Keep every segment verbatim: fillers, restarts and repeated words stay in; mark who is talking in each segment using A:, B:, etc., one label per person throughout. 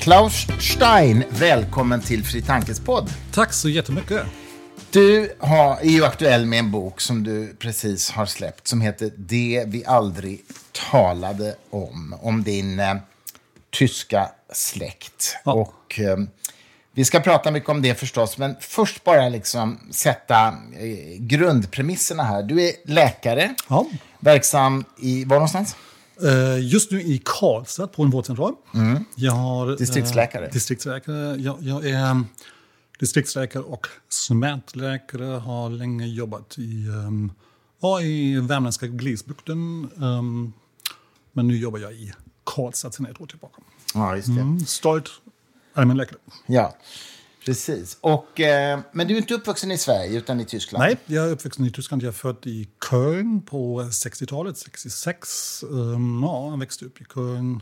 A: Claus Stein, välkommen till Fri Tankes podd.
B: Tack så jättemycket.
A: Du har, är ju aktuell med en bok som du precis har släppt som heter Det vi aldrig talade om. Om din eh, tyska släkt.
B: Ja.
A: Och eh, vi ska prata mycket om det förstås. Men först bara liksom sätta eh, grundpremisserna här. Du är läkare.
B: Ja.
A: Verksam i, var någonstans?
B: Uh, just nu i Karlstad på en vårdcentral.
A: Mm.
B: Jag har,
A: distriktsläkare.
B: Uh, distriktsläkare. Jag, jag är um, distriktsläkare och smärtläkare. Har länge jobbat i, um, ja, i värmländska glesbygden. Um, men nu jobbar jag i Karlstad sedan ett år tillbaka.
A: Ja, just det.
B: Mm, stolt allmänläkare.
A: Ja, precis. Och, eh, men du är inte uppvuxen i Sverige utan i Tyskland?
B: Nej, jag är uppvuxen i Tyskland. Jag är född i Köln på sextiotalet, sextiosex. Um, ja, jag växte upp i Köln.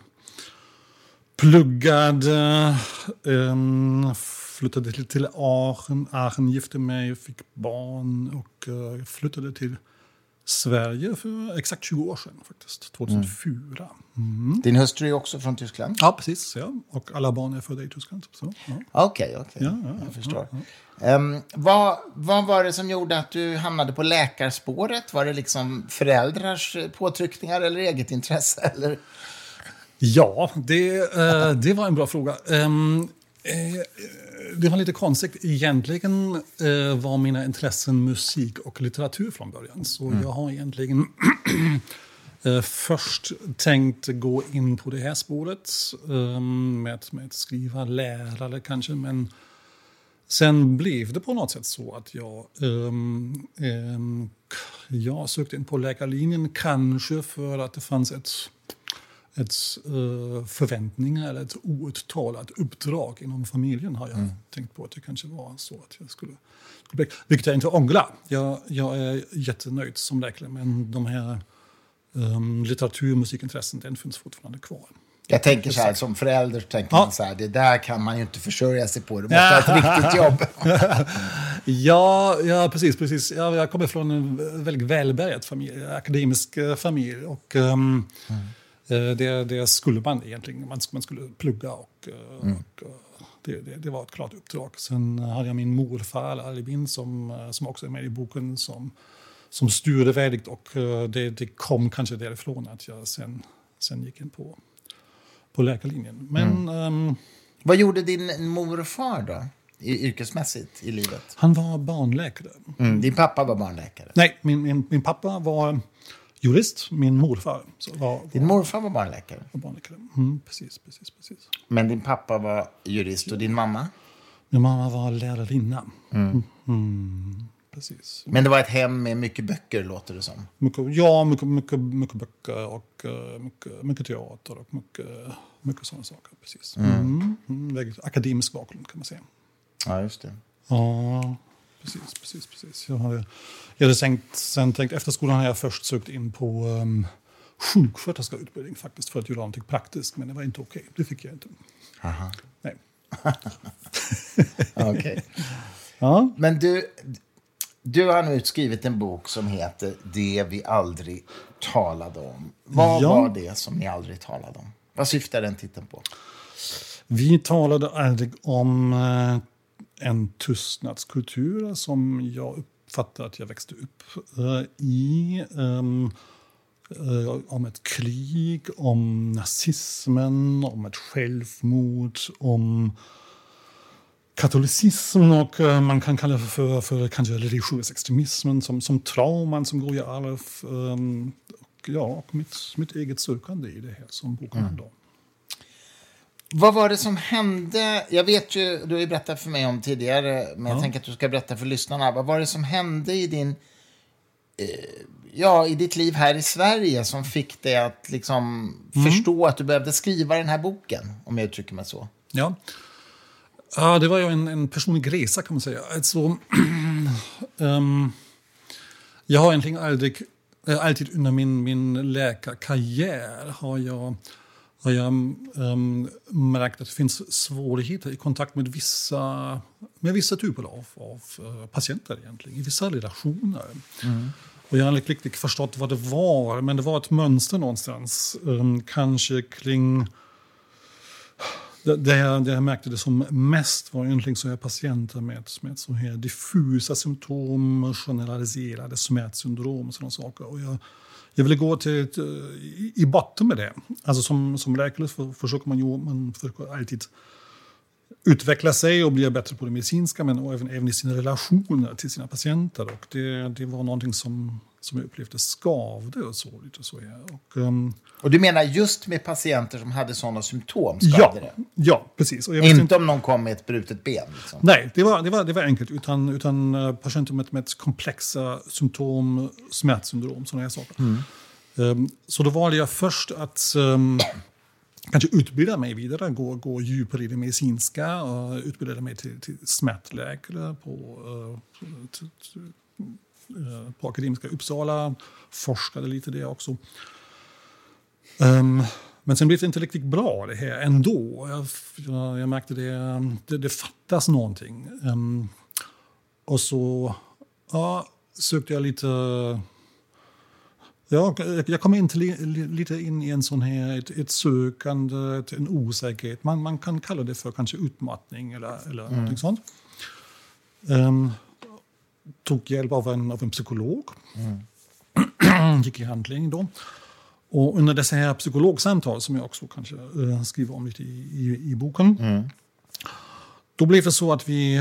B: Pluggade, um, flyttade till, till Aachen. Aachen gifte mig, fick barn och uh, flyttade till Sverige för exakt tjugo år sedan faktiskt, tjugohundrafyra. Mm.
A: Din hustru är också från Tyskland?
B: Ja, precis. Ja. Och alla barn är födda i Tyskland.
A: Okej, okej. Okay, okay.
B: Ja, ja,
A: jag förstår.
B: Ja, ja.
A: Um, vad, vad var det som gjorde att du hamnade på läkarspåret? Var det liksom föräldrars påtryckningar eller eget intresse? Eller?
B: Ja, det, uh, det var en bra fråga. Um, uh, det var lite konstigt. Egentligen uh, var mina intressen musik och litteratur från början. Så mm. jag har egentligen uh, först tänkt gå in på det här spåret um, med, med att skriva lärare kanske. Men sen blev det på något sätt så att jag, um, um, jag sökte in på läkarlinjen. Kanske för att det fanns ett... ett uh, förväntningar eller ett outtalat uppdrag inom familjen har jag mm. tänkt på att det kanske var så att jag skulle, skulle bli, vilket jag inte ångrar. Jag, jag är jättenöjd som läkare, men de här um, litteratur- och musikintressen, den finns fortfarande kvar.
A: Jag tänker så här, som förälder tänker ja. man så här, det där kan man ju inte försörja sig på, det måste ha ett riktigt jobb.
B: ja, ja, precis, precis. Ja, jag kommer från en väldigt välbärgad familj, akademisk familj och um, mm. Det, det skulle man egentligen. Man, man skulle plugga och, mm. och det, det, det var ett klart uppdrag. Sen hade jag min morfar, Albin, som, som också är med i boken, som, som styrde väldigt. Och det, det kom kanske därifrån att jag sen, sen gick in på, på läkarlinjen. Men, mm. um,
A: vad gjorde din morfar då? Yrkesmässigt i livet?
B: Han var barnläkare.
A: Mm. Din pappa var barnläkare?
B: Nej, min, min, min pappa var... jurist, min morfar. Så var, var,
A: din morfar var barnläkare?
B: Var barnläkare. Mm, precis, precis, precis.
A: Men din pappa var jurist och din mamma?
B: Min mamma var lärarinna.
A: Mm.
B: Mm, precis.
A: Men det var ett hem med mycket böcker, låter det som?
B: Mycket, ja, mycket, mycket, mycket böcker och mycket, mycket teater och mycket, mycket sådana saker. Precis. Mm. Mm, mm, akademisk bakgrund kan man säga.
A: Ja, just det.
B: Ja, precis, precis, precis. Jag hade, jag hade tänkt, sen tänkt, efter skolan har jag först sökt in på um, sjuksköterskeutbildning faktiskt för att göra någonting praktiskt, men det var inte okej. Okay. Det fick jag inte.
A: Aha.
B: Nej.
A: Okej. Okay.
B: Ja.
A: Men du, du har nu skrivit en bok som heter Det vi aldrig talade om. Vad ja. var det som ni aldrig talade om? Vad syftar den titeln på?
B: Vi talade aldrig om... Uh, en tystnadskultur som jag uppfattar att jag växte upp uh, i. Um, uh, om ett krig, om nazismen, om ett självmord, om katolicism och uh, man kan kalla det för, för kanske religiös extremismen som, som trauman som går i arv. Um, och ja, och mitt, mitt eget sökande i det här som boken handlar om.
A: Vad var det som hände? Jag vet ju, du har ju berättat för mig om tidigare, men jag
B: ja.
A: tänker att du ska berätta för lyssnarna. Vad var det som hände i din, eh, ja, i ditt liv här i Sverige som fick dig att liksom mm. förstå att du behövde skriva den här boken, om jag uttrycker mig så?
B: Ja, ja det var ju en, en personlig resa kan man säga. Alltså, um, jag har egentligen aldrig, alltid under min, min läkarkarriär har jag har jag um, märkt att det finns svårigheter i kontakt med vissa, med vissa typer av, av uh, patienter egentligen, i vissa relationer. Mm. Och jag har inte riktigt förstått vad det var, men det var ett mönster någonstans. Um, kanske kring det, det, här, det jag märkte det som mest var egentligen så här patienter med, med så här diffusa symptom, generaliserade smärtsyndrom och sådana saker. Och jag, jag ville gå till, till, i, i botten med det. Alltså som, som läkare för, försöker man ju man försöker alltid utveckla sig och bli bättre på det medicinska, men även, även i sina relationer till sina patienter. Och det, det var någonting som, som jag upplevde skavde och så. Lite så här. Och, um,
A: och du menar just med patienter som hade sådana symptom
B: ja,
A: skavde det?
B: Ja, precis. Och jag
A: inte,
B: inte
A: om någon kom med ett brutet ben? Liksom.
B: Nej, det var, det, var, det var enkelt. Utan, utan patienter med, med komplexa symptom, smärtsyndrom, sådana här saker. Mm. Um, så då valde jag först att um, kanske utbilda mig vidare, gå, gå djupare i det medicinska och utbilda mig till, till smärtläkare på, uh, t, t, uh, på Akademiska Uppsala, forskade lite det också. Um, men sen blev det inte riktigt bra det här ändå. Jag, jag, jag märkte det, det, det fattas någonting. Um, och så ja, sökte jag lite... Ja, jag kom in till, lite in i en sån här, ett, ett sökande, ett, en osäkerhet. Man, man kan kalla det för kanske utmattning eller, eller mm. något sånt. Um, tog hjälp av en, av en psykolog. Mm. Gick i handling då. Och under dessa här psykologsamtal som jag också kanske uh, skriver om lite i, i, i boken. Mm. Då blev det så att vi...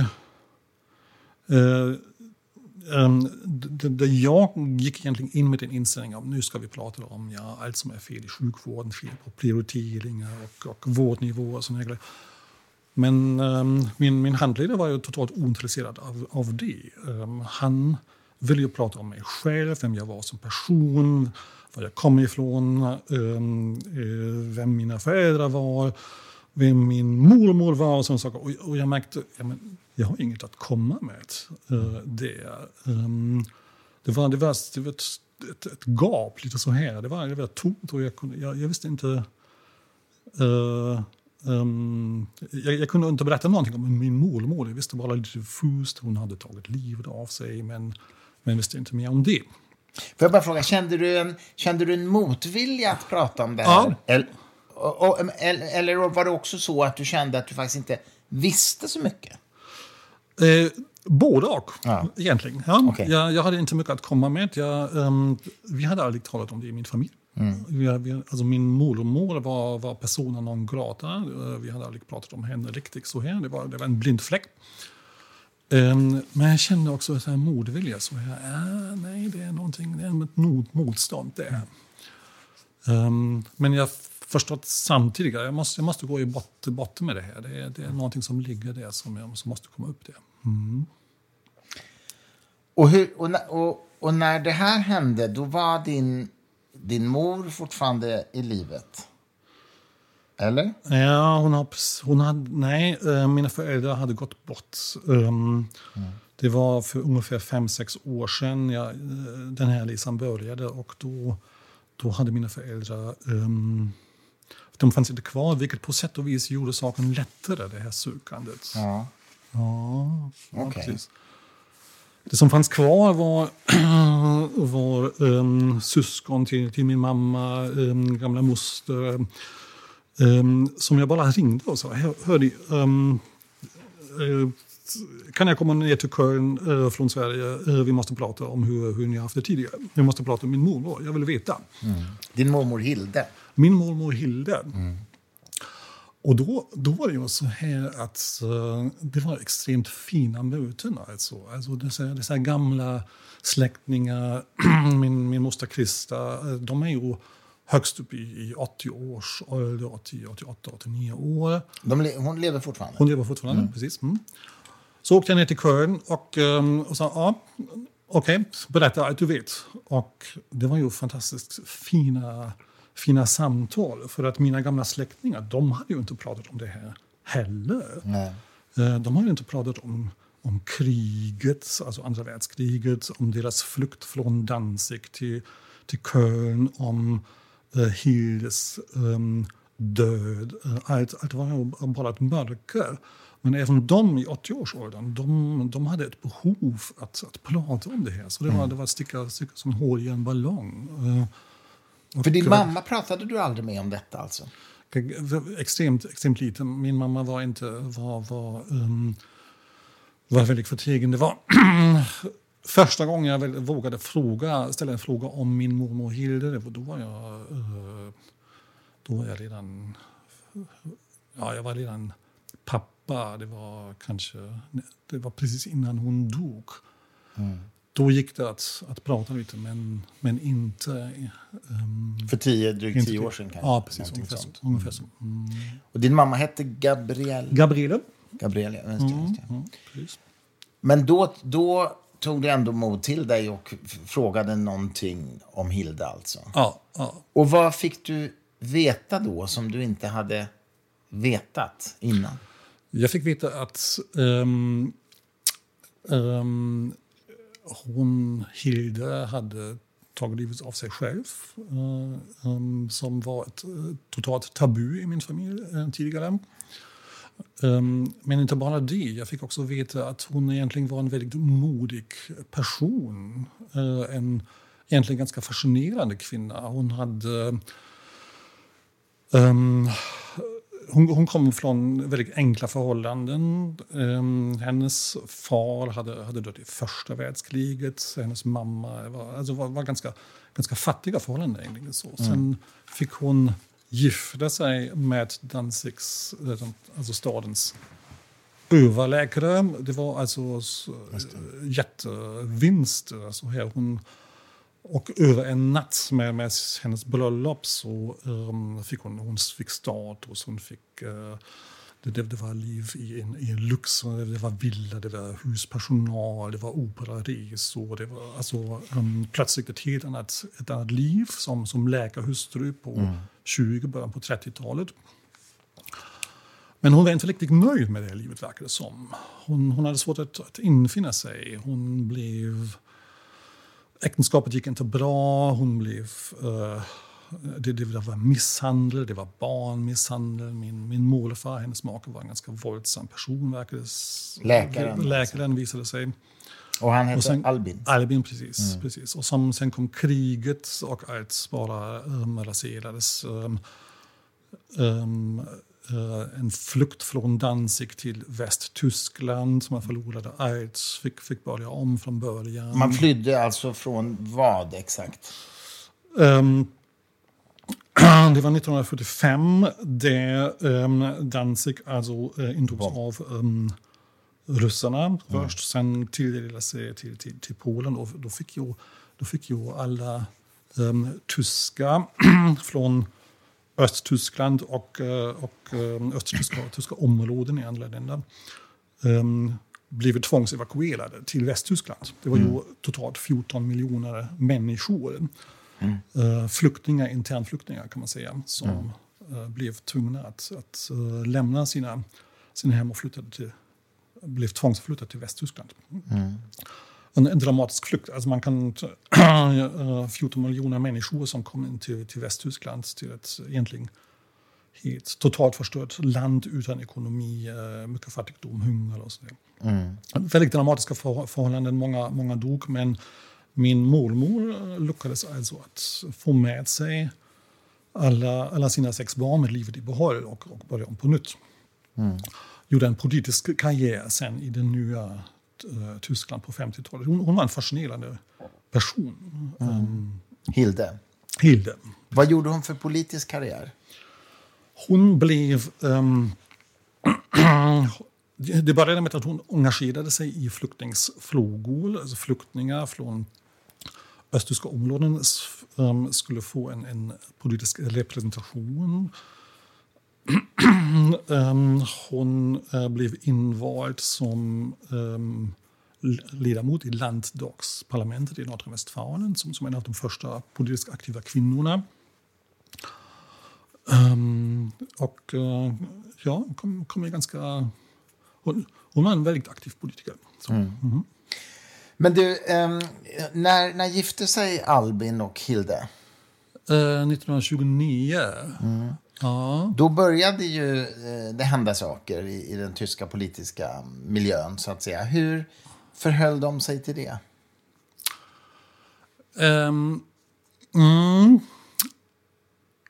B: Uh, Um, det, det jag gick egentligen in med en inställning om nu ska vi prata om ja, allt som är fel i sjukvården, fel på prioriteringar och, och vårdnivåer och sådana grejer. Men um, min, min handledare var ju totalt ointresserad av, av det. Um, han ville ju prata om mig själv, vem jag var som person, var jag kom ifrån, um, vem mina föräldrar var, vem min mormor var och sådana saker. Och, och jag märkte, ja, men, jag har inget att komma med. Uh, det, um, det var, det var, det var ett, ett, ett gap, lite så här. Det var, det var tomt och jag, kunde, jag, jag visste inte... Uh, um, jag, jag kunde inte berätta någonting om min mormor. Jag visste bara lite diffust. Hon hade tagit livet av sig, men, men visste inte mer om det.
A: Får jag bara fråga, kände du en, kände du en motvilja att prata om det här?
B: Ja.
A: Eller, och, och, eller var det också så att du kände att du faktiskt inte visste så mycket?
B: Eh, både och,
A: ja.
B: egentligen. Ja.
A: Okay.
B: Jag, jag hade inte mycket att komma med. Jag, um, vi hade aldrig talat om det i min familj. Mm. Vi, vi, alltså min mormor var, var personen non grata. Uh, vi hade aldrig pratat om henne riktigt så här. Det var, det var en blind fläck. Um, men jag kände också så här modvilja. Så här, äh, nej, det är någonting, det är ett mod, motstånd där. Um, men jag förstått samtidigt, jag måste, jag måste gå i bot, botten med det här. Det är, det är någonting som ligger där som, jag, som måste komma upp där. Mm.
A: Och, hur, och, och, och när det här hände, då var din, din mor fortfarande i livet? Eller?
B: Ja, hon, har, hon hade, nej, mina föräldrar hade gått bort. Um, mm. Det var för ungefär fem, sex år sedan jag, den här resan började och då, då hade mina föräldrar... Um, de fanns inte kvar, vilket på sätt och vis gjorde saken lättare, det här sökandet.
A: Ja.
B: Ja, ja
A: okay.
B: precis. Det som fanns kvar var, var um, syskon till, till min mamma, um, gamla moster, um, som jag bara ringde och sa, hörde, um, uh, kan jag komma ner till Köln uh, från Sverige? Uh, vi måste prata om hur, hur ni har haft det tidigare. Vi måste prata om min mormor, jag vill veta.
A: Mm. Din mormor Hilde?
B: Min mormor Hilde. Mm. Och då, då var det ju så här att uh, det var extremt fina möten. Alltså, alltså dessa, dessa gamla släktingar, min, min moster Krista, de är ju högst upp i, i åttio års ålder, åttio, åttioåtta, åttionio år.
A: De le- hon lever fortfarande?
B: Hon lever fortfarande, mm. precis. Mm. Så åkte jag ner till Köln och, um, och sa, ja, okej, okay, berätta allt du vet. Och det var ju fantastiskt fina... fina samtal, för att mina gamla släktingar, de hade ju inte pratat om det här heller.
A: Nej.
B: De hade ju inte pratat om, om kriget, alltså andra världskriget, om deras flykt från Danzig till, till Köln, om uh, Hildes um, död. Uh, allt, allt var ju bara ett mörker. Men även de i åttio-årsåldern, de, de hade ett behov att, att prata om det här. Så det var, mm. det var sticka, sticka som hål i en ballong. Uh,
A: För din mamma pratade du aldrig med om detta alltså?
B: extremt, extremt liten. Min mamma var inte var, var, um, var väldigt förtegen. Det var första gången jag vågade fråga, ställa en fråga om min mormor Hilde. Det var, då var jag uh, då var jag redan ja, jag var redan pappa. Det var kanske det var precis innan hon dog. Mm. Då gick det att, att prata lite, men, men inte... Um,
A: För tio, drygt inte, tio år sedan kanske?
B: Ja, precis. Ungefär så. Ungefär så. Mm.
A: Och din mamma hette Gabrielle?
B: Gabriele.
A: Gabrielle, ja, just det. Just det.
B: Mm, mm, precis.
A: Men då, då tog du ändå mod till dig och f- frågade någonting om Hilda alltså?
B: Ja, ja.
A: Och vad fick du veta då som du inte hade vetat innan?
B: Jag fick veta att... Um, um, hon, Hilda, hade tagit livet av sig själv. Uh, um, som var ett uh, totalt tabu i min familj uh, tidigare. Um, men inte bara det. Jag fick också veta att hon egentligen var en väldigt modig person. Uh, en egentligen ganska fascinerande kvinna. Hon hade... Um, Hon, hon kom från väldigt enkla förhållanden. Um, hennes far hade, hade dött i första världskriget. Hennes mamma var, alltså var, var ganska, ganska fattiga förhållanden. Egentligen så. Mm. Sen fick hon gifta sig med Danzigs, alltså stadens överläkare. Det var alltså det. jättevinst. Alltså här hon... Och över en natt med, med hennes bröllop så um, fick hon, hon fick status, hon fick, uh, det, det, det var liv i en, i en lux, det var villa, det var huspersonal, det var operaresor, det var alltså um, plötsligt ett helt annat, ett annat liv som, som läkarhustru på mm. tjugo, början på trettiotalet. Men hon var inte riktigt nöjd med det här livet, verkade det som. Hon, hon hade svårt att, att infinna sig, hon blev... Äktenskapet gick inte bra, hon blev, uh, det, det var misshandel, det var barnmisshandel. Min, min morfar, hennes make, var en ganska våldsam person. Verkades,
A: läkaren.
B: Läkaren visade sig.
A: Och han hette
B: och sen,
A: Albin.
B: Albin, precis. Mm. precis. Och som, sen kom kriget och allt bara um, raserades. Um, um, Uh, en flykt från Danzig till Västtyskland. Man förlorade allt, fick, fick börja om från början.
A: Man flydde alltså från vad exakt?
B: Um, det var nittonhundrafyrtiofem där um, Danzig alltså uh, intogs av um, ryssarna mm. först. Sen tilldelades sig till, till, till Polen. Och då, fick ju, då fick ju alla um, tyska från Östtyskland och, och östtyska tyska områden i andra länder um, blivit tvångsevakuerade till Västtyskland. Det var mm. ju totalt fjorton miljoner människor. Mm. Uh, flyktingar, internflyktingar kan man säga, som mm. uh, blev tvungna att, att uh, lämna sina, sina hem och flyttade till, blev tvångsflyttade till Västtyskland. Mm. En, en dramatisk flykt. Alltså man kan fjorton miljoner människor som kom in till, till Västtyskland till ett egentligen helt totalt förstört land utan ekonomi, mycket fattigdom, hunger och sådär. Mm. Väldigt dramatiska för, förhållanden, många, många dog, men min mormor lyckades alltså att få med sig alla, alla sina sex barn med livet i behåll och, och börja om på nytt. Mm. Gjorde en politisk karriär sen i den nya Tyskland på femtiotalet. Hon, hon var en fascinerande person.
A: Mm. Um, Hilde.
B: Hilde.
A: Vad gjorde hon för politisk karriär?
B: Hon blev... Um, det började med att hon engagerade sig i flyktingsfrågor. Alltså flyktingar från östtyska områden um, skulle få en, en politisk representation. um, hon uh, blev invald som um, ledamot i landdagsparlamentet i Nordrhein-Westfalen som, som en av de första politiskt aktiva kvinnorna. Um, och uh, ja, kom, kom ganska... Hon, hon var en väldigt aktiv politiker. Så. Mm. Mm-hmm.
A: Men du, um, när, när gifte sig Albin och Hilde?
B: Uh, nittonhundratjugonio. Mm. Ja.
A: Då började ju eh, det hända saker i, i den tyska politiska miljön, så att säga. Hur förhöll de sig till det?
B: Um, mm.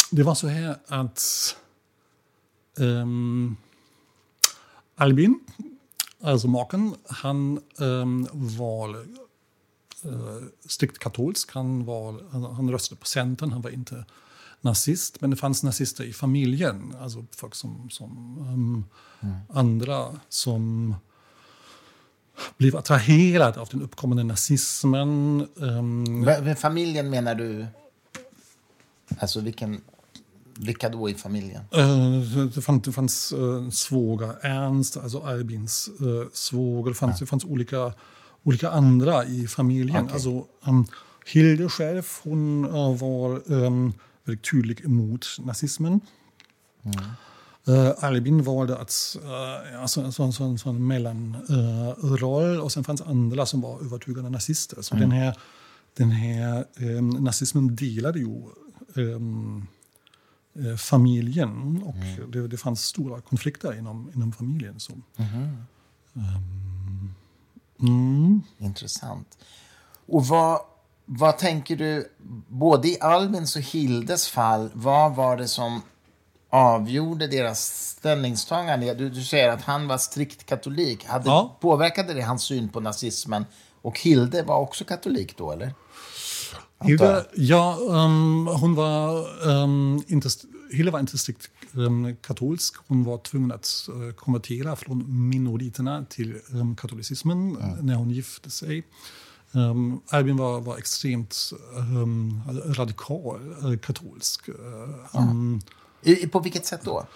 B: det var så här att um, Albin, alltså maken, han um, var uh, strikt katolsk. Han, var, han, han röstade på Centern, han var inte nazist. Men det fanns nazister i familjen, alltså folk som, som um, mm. andra som blev attraherade av den uppkommande nazismen. Um,
A: Med familjen menar du? Alltså vilken, vilka då i familjen?
B: Uh, det fanns, det fanns uh, svåger Ernst, alltså Albins uh, svåger. Det fanns, ja. det fanns olika, olika andra i familjen. Okay. Alltså, um, Hilde själv, hon uh, var um, väldigt tydlig emot nazismen. Mm. Uh, Albin valde att, uh, alltså, en sån, sån, sån mellanroll. Uh, och sen fanns andra som var övertygade nazister. Så mm. den här, den här um, nazismen delade ju um, uh, familjen. Och mm. det, det fanns stora konflikter inom, inom familjen. Så. Mm. Um,
A: mm. Intressant. Och vad, vad tänker du, både i Albins och Hildes fall, vad var det som avgjorde deras ställningstagande? Du, du säger att han var strikt katolik. Hade, ja. Påverkade det hans syn på nazismen? Och Hilde var också katolik då, eller?
B: Hilde, ja, um, hon var um, inte, Hilde var inte strikt um, katolsk. Hon var tvungen att uh, konvertera från minoriterna till um, katolicismen mm. när hon gifte sig. Um, Albin var, var extremt um, radikal uh, katolsk. Uh, um,
A: I, på vilket sätt då?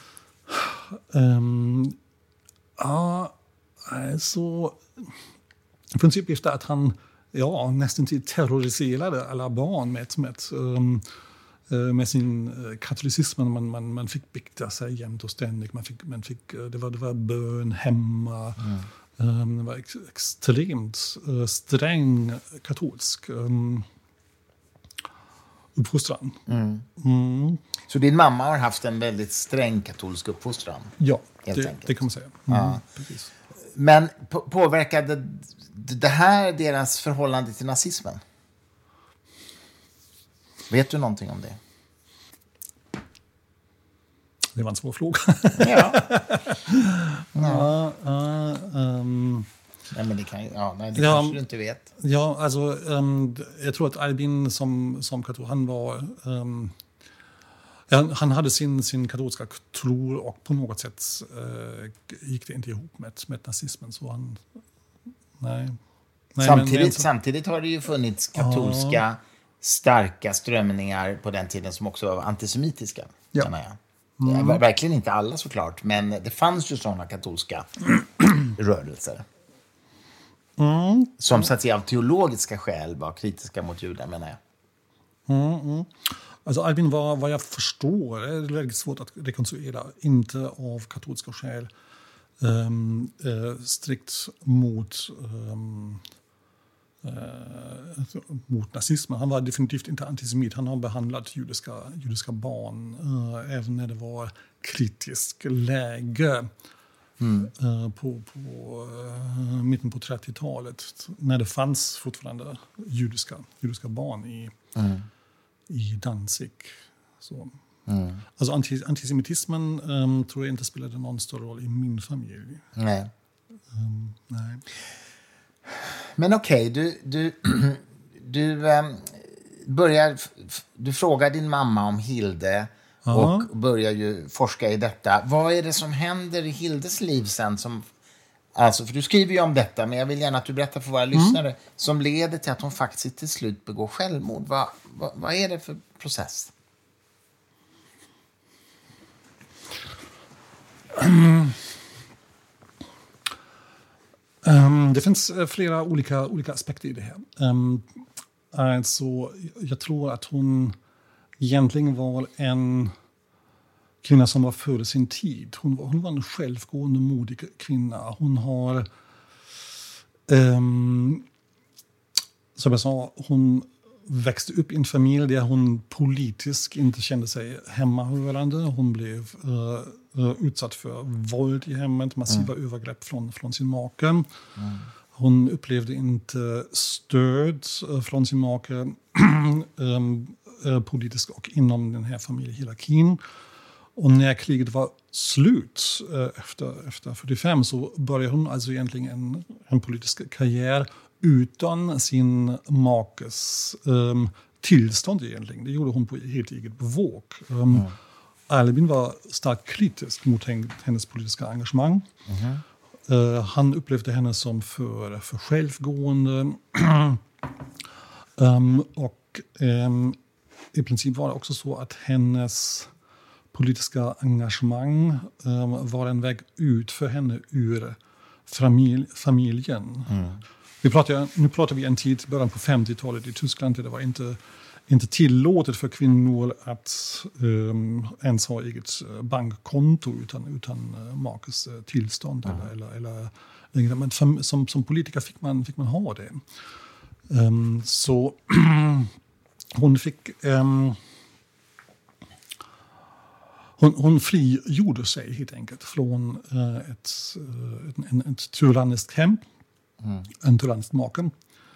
B: Um, ja, alltså i princip efter att han ja, nästan till terroriserade alla barn med, med, um, med sin katolicism. Man, man, man fick bikta sig jämt och ständigt. Man fick, man fick, det, var, det var bön hemma. Mm. Um, det var ex, extremt uh, sträng katolsk um, uppfostran. Mm.
A: Mm. Så din mamma har haft en väldigt sträng katolsk uppfostran?
B: Ja, det, det kan man säga. Mm.
A: Ja. Men på, påverkade det här deras förhållande till nazismen? Vet du någonting om det?
B: Det var en svår fråga.
A: Ja.
B: ja. uh, uh, um.
A: Nej, men det, kan, ja, nej, det
B: ja,
A: kanske du inte vet.
B: Ja, alltså, um, jag tror att Albin som, som katol, han var... Um, ja, han hade sin, sin katolska tro och på något sätt uh, gick det inte ihop med, med nazismen. Så han... Nej. nej
A: samtidigt,
B: men, men,
A: samtidigt har det ju funnits katolska uh, starka strömningar på den tiden som också var antisemitiska, ja. Kan jag. Mm. Ja, verkligen inte alla såklart, men det fanns ju sådana katolska rörelser. Mm. Som så att säga av teologiska skäl var kritiska mot judar, menar jag.
B: Mm, mm. Alltså Albin var, vad jag förstår, är det väldigt svårt att rekonstruera, inte av katolska skäl um, uh, strikt mot, um, uh, mot nazismen. Han var definitivt inte antisemit. Han har behandlat judiska, judiska barn uh, även när det var kritiskt läge. Mm. Uh, på, på uh, mitten på trettiotalet när det fanns fortfarande judiska, judiska barn i, mm. i Danzig. Så. Mm. Alltså anti, antisemitismen um, tror jag inte spelade någon större roll i min familj.
A: Nej.
B: Um, nej.
A: Men okej, okay, du, du, du um, börjar, du frågar din mamma om Hilde. Och uh-huh. börjar ju forska i detta. Vad är det som händer i Hildes liv sen? Som, alltså, för du skriver ju om detta, men jag vill gärna att du berättar för våra mm. lyssnare. Som leder till att hon faktiskt till slut begår självmord. Vad, vad, vad är det för process?
B: Mm. Um, det finns flera olika, olika aspekter i det här. Um, alltså, jag tror att hon... egentligen var en kvinna som var före sin tid. Hon var, hon var en självgående, modig kvinna. Hon har, um, som jag sa, hon växte upp i en familj där hon politiskt inte kände sig hemmahörande. Hon blev uh, uh, utsatt för våld i hemmet, massiva mm. övergrepp från, från sin make. Mm. Hon upplevde inte stöd uh, från sin make. um, eh, politiskt och inom den här familjehierarkin. Och när kriget var slut eh, efter, efter fyrtiofem så började hon alltså egentligen en, en politisk karriär utan sin makes um, tillstånd egentligen. Det gjorde hon på helt eget bevåg. Um, mm. Albin var starkt kritisk mot hennes politiska engagemang. Mm. Uh, han upplevde henne som för, för självgående. um, och um, i princip var det också så att hennes politiska engagemang um, var en väg ut för henne ur familj, familjen. Mm. Vi pratar, nu pratar vi en tid, början på femtiotalet i Tyskland, där det var inte, inte tillåtet för kvinnor att um, ens ha eget bankkonto utan, utan uh, makes uh, tillstånd. Mm. Eller, eller, eller, men som, som, som politiker fick man, fick man ha det. Um, så hon fick... Um, hon, hon frigjorde sig helt enkelt från uh, ett, uh, ett, ett tyranniskt hem. Mm. En tyrannisk maken.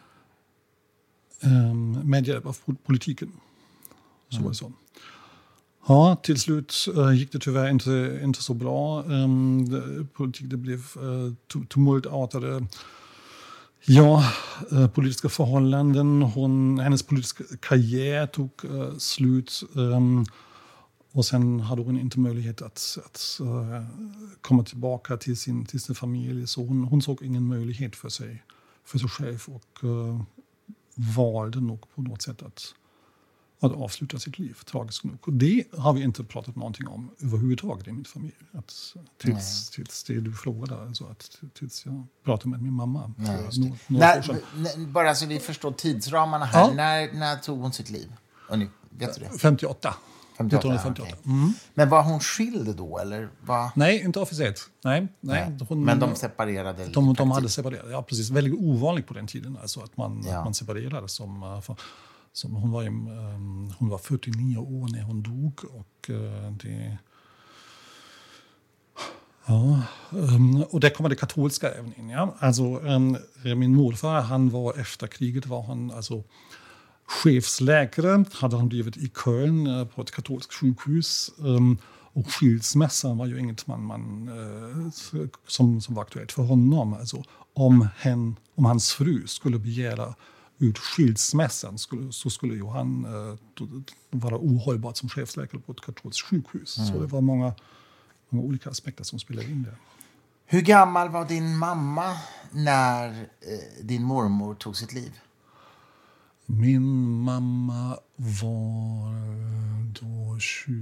B: Um, med hjälp av politiken. Så mm. var det så. Ja, till slut uh, gick det tyvärr inte, inte så bra. Um, det, politik, det blev uh, tumultartade ja, uh, politiska förhållanden. Hon, hennes politiska karriär tog uh, slut. Um, och sen hade hon inte möjlighet att, att uh, komma tillbaka till sin, till sin familj. Så hon, hon såg ingen möjlighet för sig, för sig själv och uh, valde nog på något sätt att, att avsluta sitt liv, tragiskt nog. Och det har vi inte pratat någonting om överhuvudtaget i min familj. Att, tills, tills det du frågade, alltså att, tills jag pratade med min mamma.
A: Nej,
B: för några, några år sedan.
A: När, bara så vi förstår tidsramarna här.
B: Ja.
A: När, när tog hon sitt liv? Och nu, vet du det?
B: femtioåtta.
A: femtioåtta, okay. mm. Men var hon skild då? Eller var...
B: Nej, inte officiellt. Nej, nej.
A: nej.
B: Hon,
A: men de separerade?
B: De, de hade separerat, ja precis. Väldigt ovanligt på den tiden. Alltså att man,
A: ja.
B: att man separerade. Som, som hon, var, um, hon var fyrtionio år när hon dog. Och uh, det... Ja, um, och där kommer det katolska även in. Ja? Alltså, um, min morfar, han var efter kriget, var han alltså chefsläkare, hade han blivit i Köln uh, på ett katolskt sjukhus. Um, och skilsmässan var ju inget man, man, uh, som, som var aktuellt för honom. Alltså, om, hen, om hans fru skulle begära ut skilsmässan skulle, så skulle ju han uh, vara ohållbart som chefsläkare på ett katolskt sjukhus. Mm. Så det var många, många olika aspekter som spelade in där.
A: Hur gammal var din mamma när eh, din mormor tog sitt liv?
B: Min mamma var då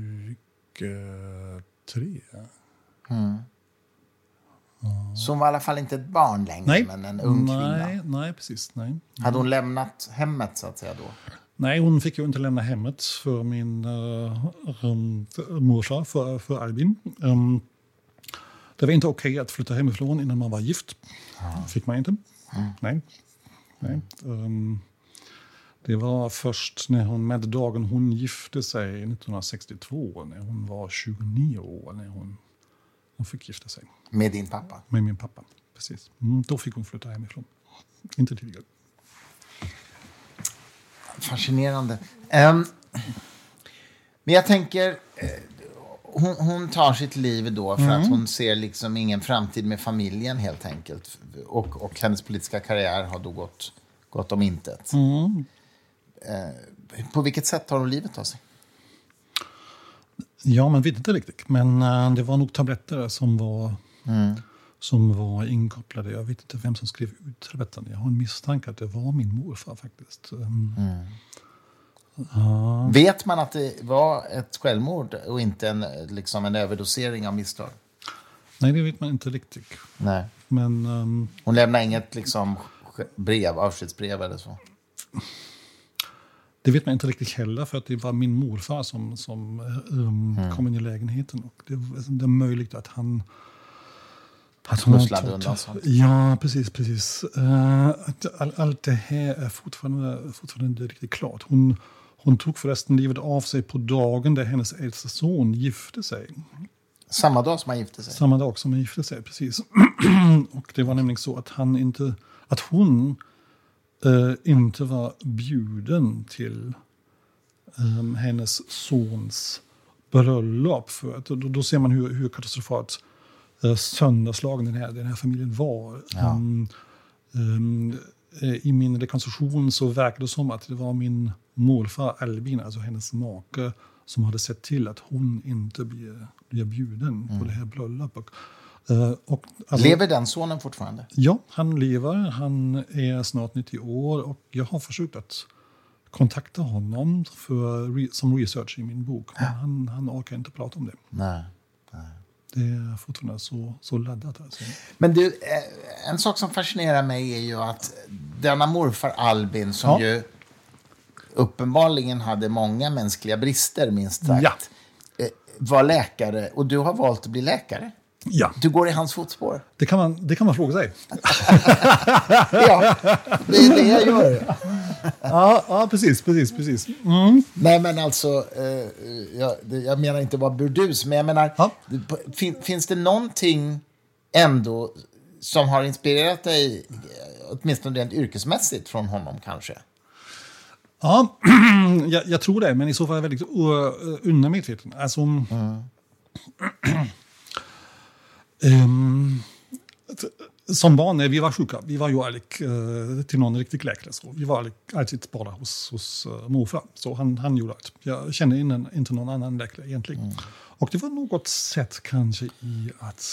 B: tjugotre.
A: Mm. Ja. Så hon var i alla fall inte ett barn längre,
B: nej.
A: men en ung
B: nej,
A: kvinna.
B: Nej, precis. Nej.
A: Hade hon lämnat hemmet så att säga då?
B: Nej, hon fick ju inte lämna hemmet för min uh, um, morfar, för, för Albin. Um, det var inte okej att flytta hemifrån innan man var gift. Ja. Fick man inte. Mm. Nej. nej. Um, Det var först när hon, med dagen hon gifte sig nittonhundrasextiotvå, när hon var tjugonio år, när hon, hon fick gifta sig.
A: Med din pappa?
B: Med min pappa, precis. Mm, då fick hon flytta hemifrån. Inte tidigare.
A: Fascinerande. Um, men jag tänker, uh, hon, hon tar sitt liv då för mm. att hon ser liksom ingen framtid med familjen helt enkelt. Och, och hennes politiska karriär har då gått, gått om intet.
B: Mm.
A: Eh, på vilket sätt har hon livet av sig?
B: Ja, man vet inte riktigt. Men uh, det var nog tabletter som var, mm. som var inkopplade. Jag vet inte vem som skrev ut tabletterna. Jag har en misstanke att det var min morfar faktiskt. Um,
A: mm.
B: uh.
A: Vet man att det var ett självmord och inte en, liksom en överdosering av misstag?
B: Nej, det vet man inte riktigt.
A: Nej.
B: Men, um,
A: hon lämnar inget liksom, brev, avskedsbrev eller så?
B: Det vet man inte riktigt heller, för att det var min morfar som, som um, mm. kom in i lägenheten. Och det, det är möjligt att han... Att hon
A: pusslade undan sånt.
B: Ja, precis. precis. Uh, att all, allt det här är fortfarande, fortfarande inte riktigt klart. Hon, hon tog förresten livet av sig på dagen där hennes äldsta son gifte sig.
A: Samma dag som han gifte sig?
B: Samma dag som han gifte sig, precis. Och det var nämligen så att han inte... Att hon... Uh, inte var bjuden till um, hennes sons bröllop. För att då, då ser man hur, hur katastrofalt uh, sönderslagen den här, den här familjen var.
A: Ja.
B: Um, um, I min rekonstruktion så verkade det som att det var min morfar Albin, alltså hennes make, som hade sett till att hon inte blev, blev bjuden mm. på det här bröllopet. Uh, och, alltså,
A: lever den sonen fortfarande?
B: Ja, han lever. Han är snart nittio år och jag har försökt att kontakta honom för, som research i min bok. Men han, han orkar inte prata om det.
A: Nej, nej.
B: Det är fortfarande så, så laddat. Alltså.
A: Men du, en sak som fascinerar mig är ju att denna morfar Albin, som ja. ju uppenbarligen hade många mänskliga brister, minst sagt,
B: ja.
A: var läkare. Och du har valt att bli läkare.
B: Ja.
A: Du går i hans fotspår.
B: Det kan man, det kan man fråga sig.
A: Ja, det är det jag gör.
B: ja, ja, precis, precis, precis. Mm.
A: Nej, men alltså, eh, jag, jag menar inte vara burdus, men jag menar, ja. fin, finns det någonting ändå som har inspirerat dig, åtminstone rent yrkesmässigt, från honom kanske?
B: Ja, jag, jag tror det, men i så fall är det väldigt uh, undermedveten. Alltså... Mm. Um, som barn när vi var sjuka, vi var ju aldrig uh, till någon riktig läkare. Så vi var aldrig, alltid bara hos, hos uh, morfar. Så han, han gjorde allt. Jag kände in, inte någon annan läkare egentligen. Mm. Och det var något sätt kanske i att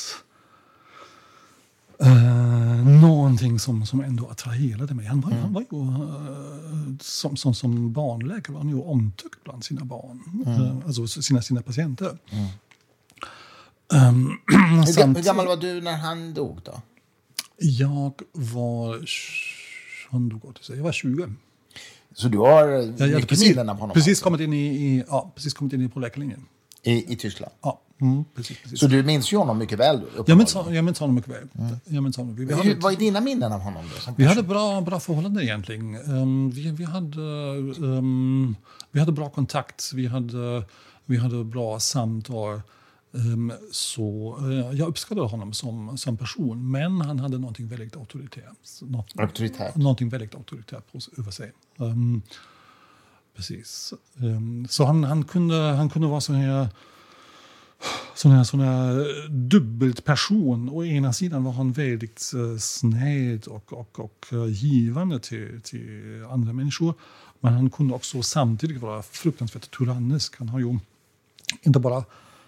B: uh, någonting som, som ändå attraherade mig. Han var, mm. han var ju uh, som, som, som barnläkare var han ju omtyckt bland sina barn. Mm. Uh, alltså sina, sina patienter. Mm. Um,
A: hur, samt, hur gammal var du när han dog då?
B: Jag var han dog åt, jag var tjugo.
A: Så du har
B: jag, jag
A: mycket
B: precis,
A: minnen av honom?
B: Precis alltså. kommit in i, i ja, precis kommit in på läkarlinjen.
A: I, i Tyskland?
B: Ja, mm, precis, precis.
A: Så du minns ju honom mycket väl?
B: Jag minns, jag minns honom mycket väl. Mm. Jag minns honom. Vi
A: hade, vad är dina minnen av honom då?
B: Vi hade bra, bra förhållanden egentligen. Um, vi, vi, hade, um, vi hade bra kontakt. Vi hade, vi hade bra samtal. Um, så uh, jag uppskattade honom som, som person, men han hade någonting väldigt auktoritärt. Något,
A: auktoritärt?
B: Någonting väldigt auktoritärt på, över sig. Um, precis. Um, så han, han, kunde, han kunde vara sån här, sån här, sån här dubbelperson. Å ena sidan var han väldigt uh, snäll och, och, och uh, givande till, till andra människor, men han kunde också samtidigt vara fruktansvärt tyrannisk. Han har ju inte bara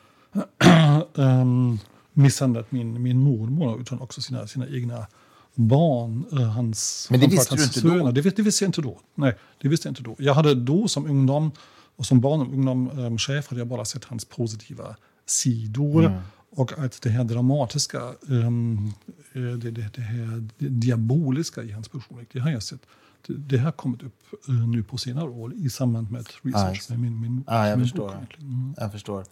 B: um, misshandlat min, min mormor utan också sina, sina egna barn. Uh, hans,
A: Men det visste du inte
B: söner.
A: då?
B: Det, det visste jag inte då. Nej, det visste jag inte då. Jag hade då som ungdom och som barn och ungdom um, chef hade jag bara sett hans positiva sidor. Mm. Och att det här dramatiska, um, det, det, det här diaboliska i hans personlighet, det har jag sett. Det, det har kommit upp uh, nu på senare år i samband med research
A: ah,
B: med min, min,
A: ah, jag
B: min
A: förstår.
B: bok. Mm.
A: Jag förstår.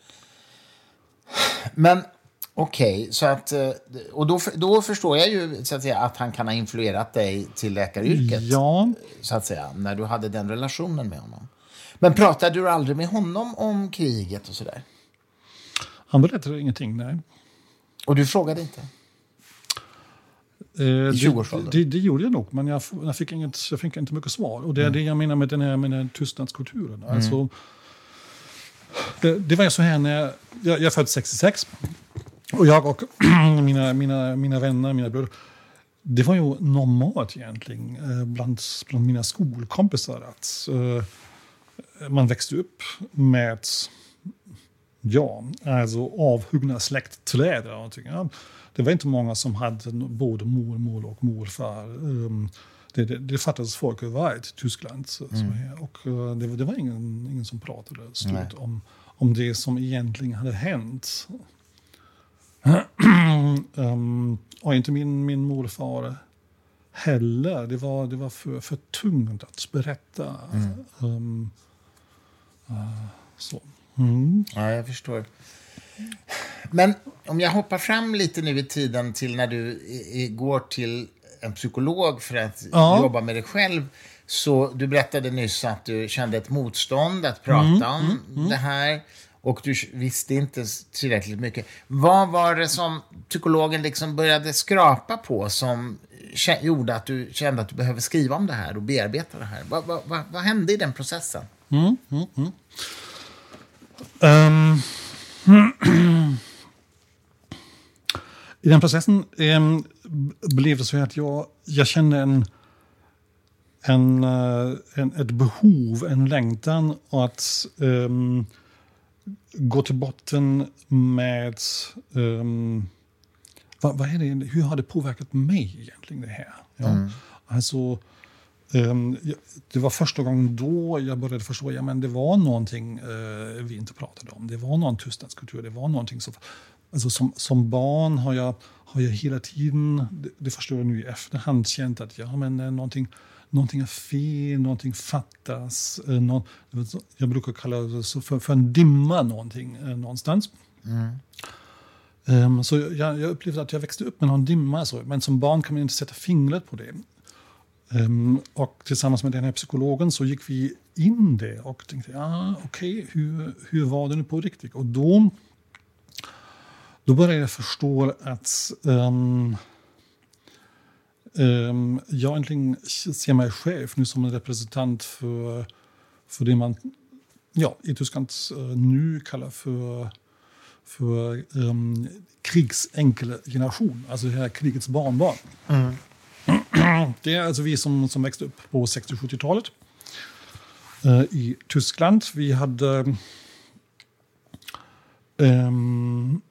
A: Men okej, okay, så att och då, då förstår jag ju så att säga att han kan ha influerat dig till läkaryrket.
B: Ja,
A: så att säga, när du hade den relationen med honom. Men pratade du aldrig med honom om kriget och så där?
B: Han berättade ingenting, nej.
A: Och du frågade inte?
B: Eh, I tjugoårsåldern? Det, det, det gjorde jag nog, men jag, jag, fick inget, jag fick inte mycket svar. Och det är mm. det jag menar med den här, med den här tystnadskulturen. Mm. Alltså, det, det var ju så här när jag, jag, jag föddes sextiosex. Och jag och mina, mina, mina vänner, mina bröder, det var ju normalt egentligen bland, bland mina skolkompisar att uh, man växte upp med ja, alltså avhuggna släktträd. Ja, det var inte många som hade både mormor och morfar. Um, det, det, det fattades folk överallt i Tyskland. Mm. Och uh, det, det var ingen, ingen som pratade stort om, om det som egentligen hade hänt. um, och inte min, min morfar heller. Det var, det var för, för tungt att berätta. Mm. Um, uh, så. Mm.
A: Ja, jag förstår. Men om jag hoppar fram lite nu i tiden till när du i, i, går till en psykolog för att ja. jobba med dig själv. Så du berättade nyss att du kände ett motstånd att prata mm, om mm, mm. det här. Och du visste inte tillräckligt mycket. Vad var det som psykologen liksom började skrapa på som gjorde att du kände att du behöver skriva om det här och bearbeta det här? Vad, vad, vad, vad hände i den processen?
B: Mm, mm, mm. Um, I den processen um, blev det så att jag, jag kände en, en, uh, en, ett behov, en längtan att um, gå till botten med um, vad, vad är det, hur har det påverkat mig egentligen det här? Ja? Mm. Alltså, um, det var första gången då jag började förstå att ja, det var någonting uh, vi inte pratade om. Det var någon tystnadskultur, det var någonting som... Alltså som, som barn har jag, har jag hela tiden, det, det förstår jag nu i efterhand, känt att ja, men, eh, någonting, någonting är fel, någonting fattas. Eh, någon, jag brukar kalla det så för, för en dimma någonting eh, någonstans. Mm. Um, så jag, jag upplevde att jag växte upp med någon dimma. Så, men som barn kan man inte sätta fingret på det. Um, och tillsammans med den här psykologen så gick vi in det och tänkte, ah, okej, okay, hur, hur var det nu på riktigt? Och då... Då började jag förstå att um, um, jag egentligen ser mig själv nu som en representant för, för det man ja, i Tyskland uh, nu kallar för, för um, krigsenkla generation, alltså det här krigets barnbarn. Mm. Det är alltså vi som, som växte upp på sextio-sjuttiotalet uh, i Tyskland. Vi hade... Um,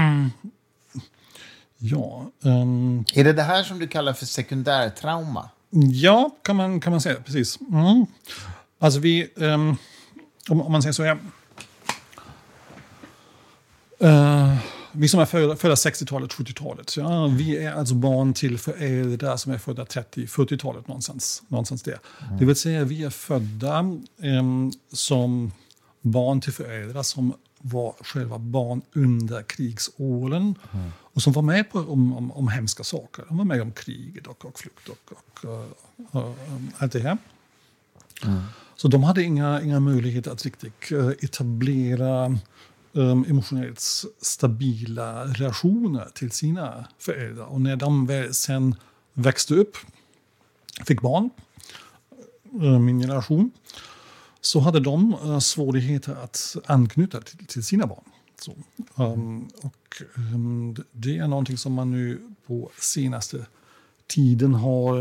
B: ja. Um,
A: är det det här som du kallar för sekundärtrauma?
B: Ja, kan man, kan man säga. Precis. Mm. Alltså vi, um, om, om man säger så här. Uh, vi som är födda, födda sextiotalet, sjuttiotalet. Ja, vi är alltså barn till föräldrar som är födda trettio-fyrtiotalet någonstans, någonstans där. Mm. Det vill säga vi är födda um, som barn till föräldrar som var själva barn under krigsåren mm. och som var med på om, om, om hemska saker. De var med om kriget och, och flykt och, och, och, och allt det här. Mm. Så de hade inga, inga möjligheter att riktigt etablera um, emotionellt stabila relationer till sina föräldrar. Och när de väl sen växte upp, fick barn, min generation, så hade de uh, svårigheter att anknyta till, till sina barn. Så, um, och um, det är någonting som man nu på senaste tiden har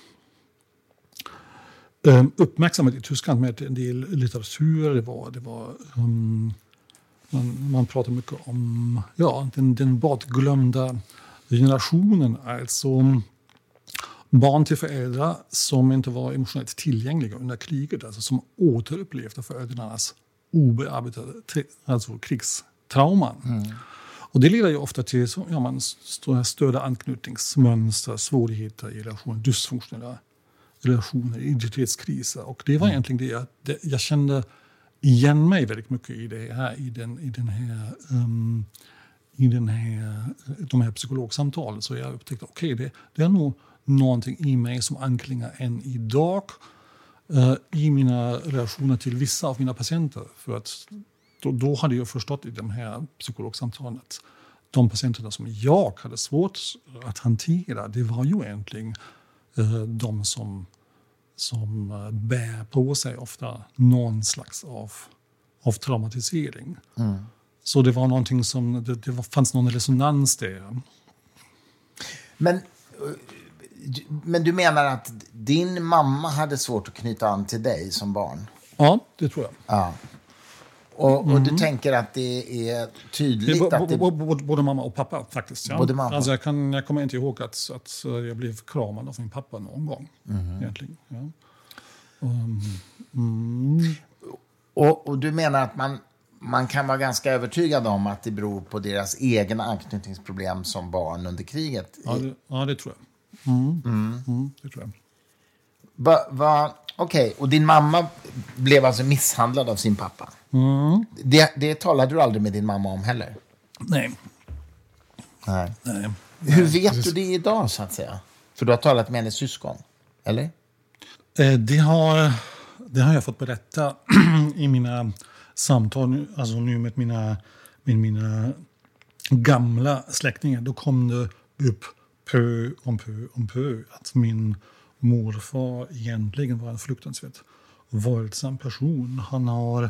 B: um, uppmärksammat i Tyskland med en del litteratur. Det var, det var, um, man, man pratar mycket om ja, den, den bortglömda generationen, alltså barn till föräldrar som inte var emotionellt tillgängliga under kriget, alltså som återupplevde föräldrarnas obearbetade alltså krigstrauman. Mm. Och det leder ju ofta till så, ja, man större anknytningsmönster, svårigheter i relationer, dysfunktionella relationer, identitetskriser. Och det var mm. egentligen det jag, det jag kände igen mig väldigt mycket i det här, i den, i den här um, i den här, de här psykologsamtalen. Så jag upptäckte, okej, okay, det, det är nog någonting i mig som anklingar än idag uh, i mina relationer till vissa av mina patienter. För att då, då hade jag förstått i de här psykologsamtalen att de patienterna som jag hade svårt att hantera, det var ju egentligen uh, de som, som uh, bär på sig ofta någon slags av, av traumatisering. Mm. Så det var någonting som, det, det var, fanns någon resonans där.
A: Men... Men du menar att din mamma hade svårt att knyta an till dig som barn?
B: Ja, det tror jag.
A: Ja. Och, och mm. du tänker att det är tydligt det, att det...
B: Både, både mamma och pappa faktiskt. Ja.
A: Både mamma.
B: Alltså jag, kan, jag kommer inte ihåg att, att jag blev kramad av min pappa någon gång. Mm. Egentligen. Ja. Um, mm.
A: och, och du menar att man, man kan vara ganska övertygad om att det beror på deras egna anknytningsproblem som barn under kriget?
B: Ja, det, ja, det tror jag. Mm. Mm. Mm, det tror jag.
A: Va, va, Okej, okay. Och din mamma blev alltså misshandlad av sin pappa?
B: Mm.
A: Det, det talade du aldrig med din mamma om heller?
B: Nej.
A: Nej.
B: Nej.
A: Hur vet Precis. du det idag, så att säga? För du har talat med hennes syskon, eller?
B: Eh, det, har, det har jag fått berätta i mina samtal, alltså nu med mina, med mina gamla släktingar. Då kom det upp pö om pö om pö att min morfar egentligen var en fruktansvärt våldsam person. Han har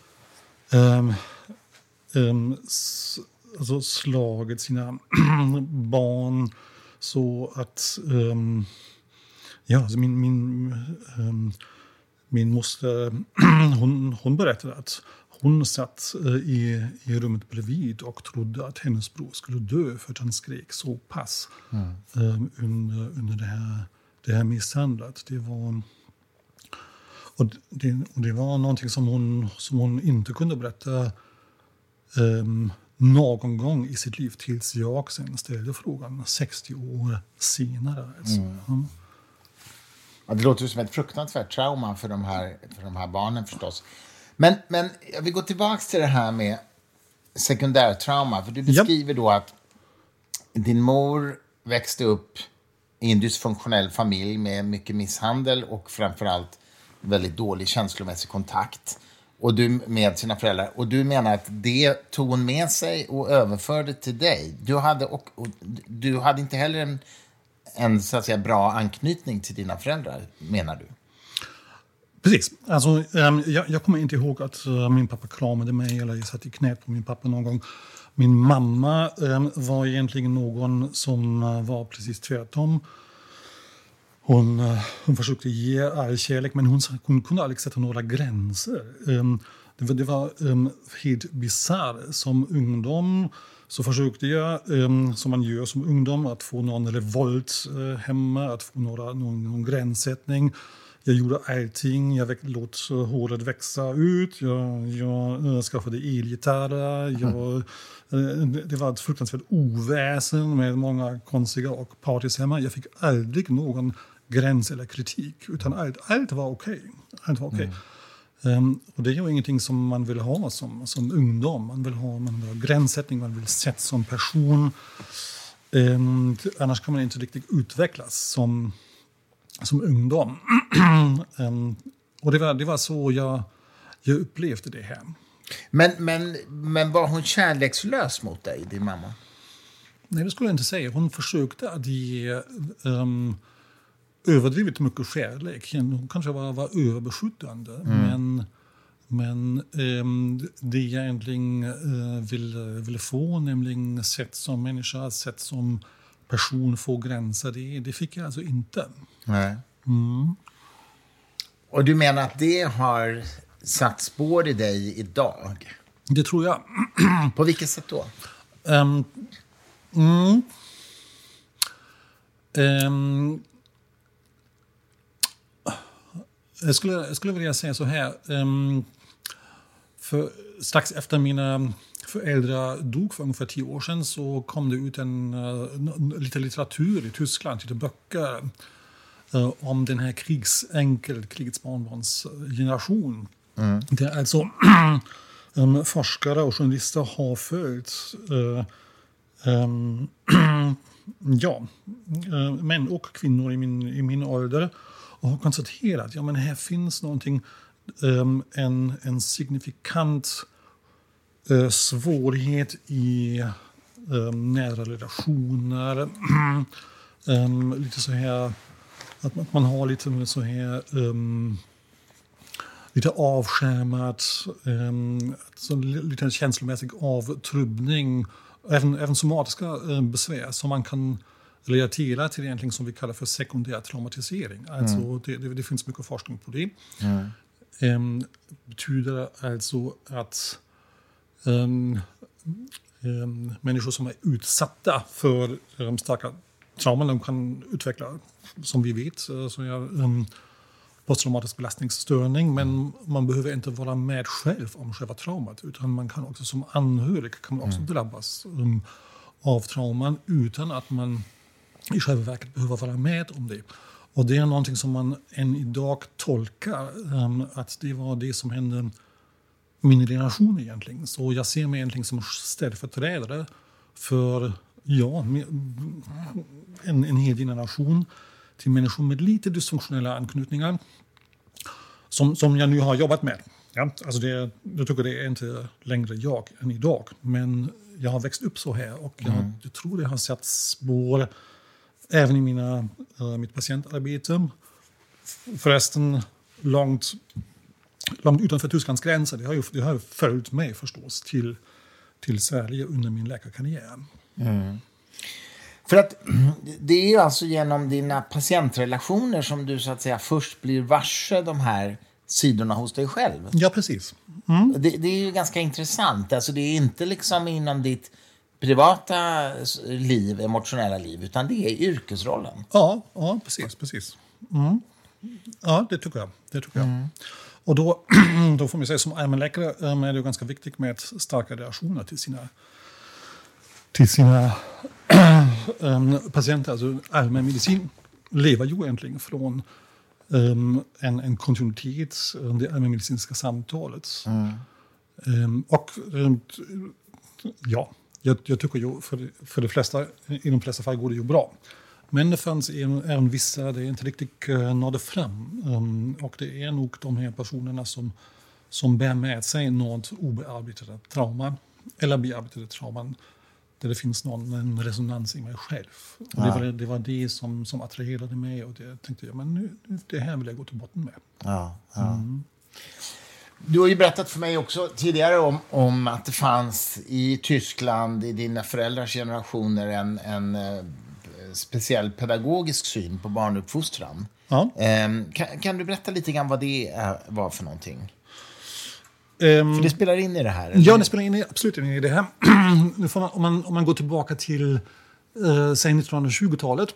B: um, um, s- alltså slagit sina barn så att um, ja, alltså min, min, um, min moster hon, hon berättade att hon satt uh, i, i rummet bredvid och trodde att hennes bror skulle dö för att han skrek så pass mm. um, under, under det här, det här misshandlat. Det var, och det, och det var någonting som hon, som hon inte kunde berätta um, någon gång i sitt liv tills jag sen ställde frågan sextio år senare. Alltså. Mm. Mm.
A: Ja, det låter som ett fruktansvärt trauma för de här, för de här barnen förstås. Men, men jag vill gå tillbaka till det här med sekundärtrauma. För du beskriver då att din mor växte upp i en dysfunktionell familj med mycket misshandel och framförallt väldigt dålig känslomässig kontakt och du med sina föräldrar. Och du menar att det tog hon med sig och överförde till dig. Du hade, och, och, du hade inte heller en, en så att säga, bra anknytning till dina föräldrar, menar du?
B: Precis. Alltså, um, jag, jag kommer inte ihåg att uh, min pappa kramade mig eller jag satt i knät på min pappa någon gång. Min mamma um, var egentligen någon som uh, var precis tvärtom. Hon, uh, hon försökte ge all kärlek, men hon, hon kunde aldrig sätta några gränser. Um, det var, det var um, helt bizarrt. Som ungdom så försökte jag, um, som man gör som ungdom, att få någon revolt uh, hemma, att få några, någon, någon gränssättning. Jag gjorde allting. Jag låt håret växa ut. Jag, jag äh, skaffade elgitarrer. Jag, äh, det var ett fruktansvärt oväsen med många konstiga och partys hemma. Jag fick aldrig någon gräns eller kritik. Utan allt, allt var okej. Okay. Allt var okej. Okay. Mm. Um, och det är ju ingenting som man vill ha som, som ungdom. Man vill ha, man vill ha gränssättning. Man vill ses som person. Um, annars kan man inte riktigt utvecklas som... som ungdom. um, och det var, det var så jag, jag upplevde det här.
A: Men, men, men var hon kärlekslös mot dig, din mamma?
B: Nej, det skulle jag inte säga. Hon försökte att ge um, överdrivet mycket kärlek. Hon kanske var, var överbeskyddande. Mm. Men, men um, det jag egentligen uh, ville, ville få, nämligen sätt som människa, sätt som person får gränser, det, det fick jag alltså inte.
A: Nej.
B: Mm.
A: Och du menar att det har satt spår i dig idag?
B: Det tror jag.
A: På vilket sätt då?
B: Um, mm. um, jag, skulle, jag skulle vilja säga så här. Um, för strax efter mina föräldrar dog för ungefär tio år sedan så kom det ut en, uh, lite litteratur i Tyskland, lite böcker uh, om den här krigsenkel, krigets barnbarns generation. Mm. Där alltså um, forskare och journalister har följt uh, um, ja, uh, män och kvinnor i min, i min ålder och har konstaterat att ja, men här finns någonting, um, en, en signifikant Uh, svårighet i um, nära relationer. um, lite så här att man, att man har lite så här um, lite avskärmat, um, så lite känslomässig avtrubbning, även, även somatiska uh, besvär som man kan relatera till egentligen som vi kallar för sekundär traumatisering. Mm. Alltså det, det, det finns mycket forskning på det. Mm. Um, betyder alltså att Um, um, människor som är utsatta för um, starka trauman, de kan utveckla, som vi vet, uh, så jag, um, posttraumatisk belastningsstörning, men man behöver inte vara med själv om själva traumat, utan man kan också som anhörig kan man också mm. drabbas um, av trauman utan att man i själva verket behöver vara med om det. Och det är någonting som man än idag tolkar, um, att det var det som hände min generation egentligen. Så jag ser mig egentligen som ställföreträdare för ja, en, en hel generation till människor med lite dysfunktionella anknytningar som, som jag nu har jobbat med. Ja, alltså det, jag tycker det är inte längre jag än idag, men jag har växt upp så här och jag, mm. jag tror det har satt spår även i mina, uh, mitt patientarbete. Förresten, långt, långt utanför Tysklands gränser. Det har ju, det har ju följt mig förstås till, till Sverige under min läkarkarriär.
A: Mm. För att det är ju alltså genom dina patientrelationer som du så att säga först blir varse de här sidorna hos dig själv.
B: Ja, precis. Mm.
A: Det, det är ju ganska intressant. Alltså det är inte liksom inom ditt privata liv, emotionella liv, utan det är yrkesrollen.
B: Ja, ja precis, precis. Mm. Ja, det tycker jag. Det tycker jag. Mm. Och då, då får man säga som allmänläkare ähm, är det ganska viktigt med starka relationer till sina, till sina ähm, patienter. Alltså allmänmedicin lever ju egentligen från ähm, en, en kontinuitet i det allmänmedicinska samtalet. Mm. Ähm, och ähm, ja, jag, jag tycker ju för, för de flesta, i de flesta fall går det ju bra. Men det fanns även vissa det inte riktigt uh, nådde fram. Um, och det är nog de här personerna som, som bär med sig något obearbetade trauma. Eller bearbetade trauman där det finns någon en resonans i mig själv. Och ja. det, var, det var det som, som attraherade mig och det tänkte jag, men nu, det här vill jag gå till botten med.
A: Ja, ja. Mm. Du har ju berättat för mig också tidigare om, om att det fanns i Tyskland i dina föräldrars generationer en, en eh, speciell pedagogisk syn på barnuppfostran. Ja. Eh, kan, kan du berätta lite grann vad det är, var för någonting? Um, för det spelar in i det här? Eller?
B: Ja, det spelar in i, absolut in i det här. Nu får man, om, man, om man går tillbaka till eh, säg nittonhundratjugotalet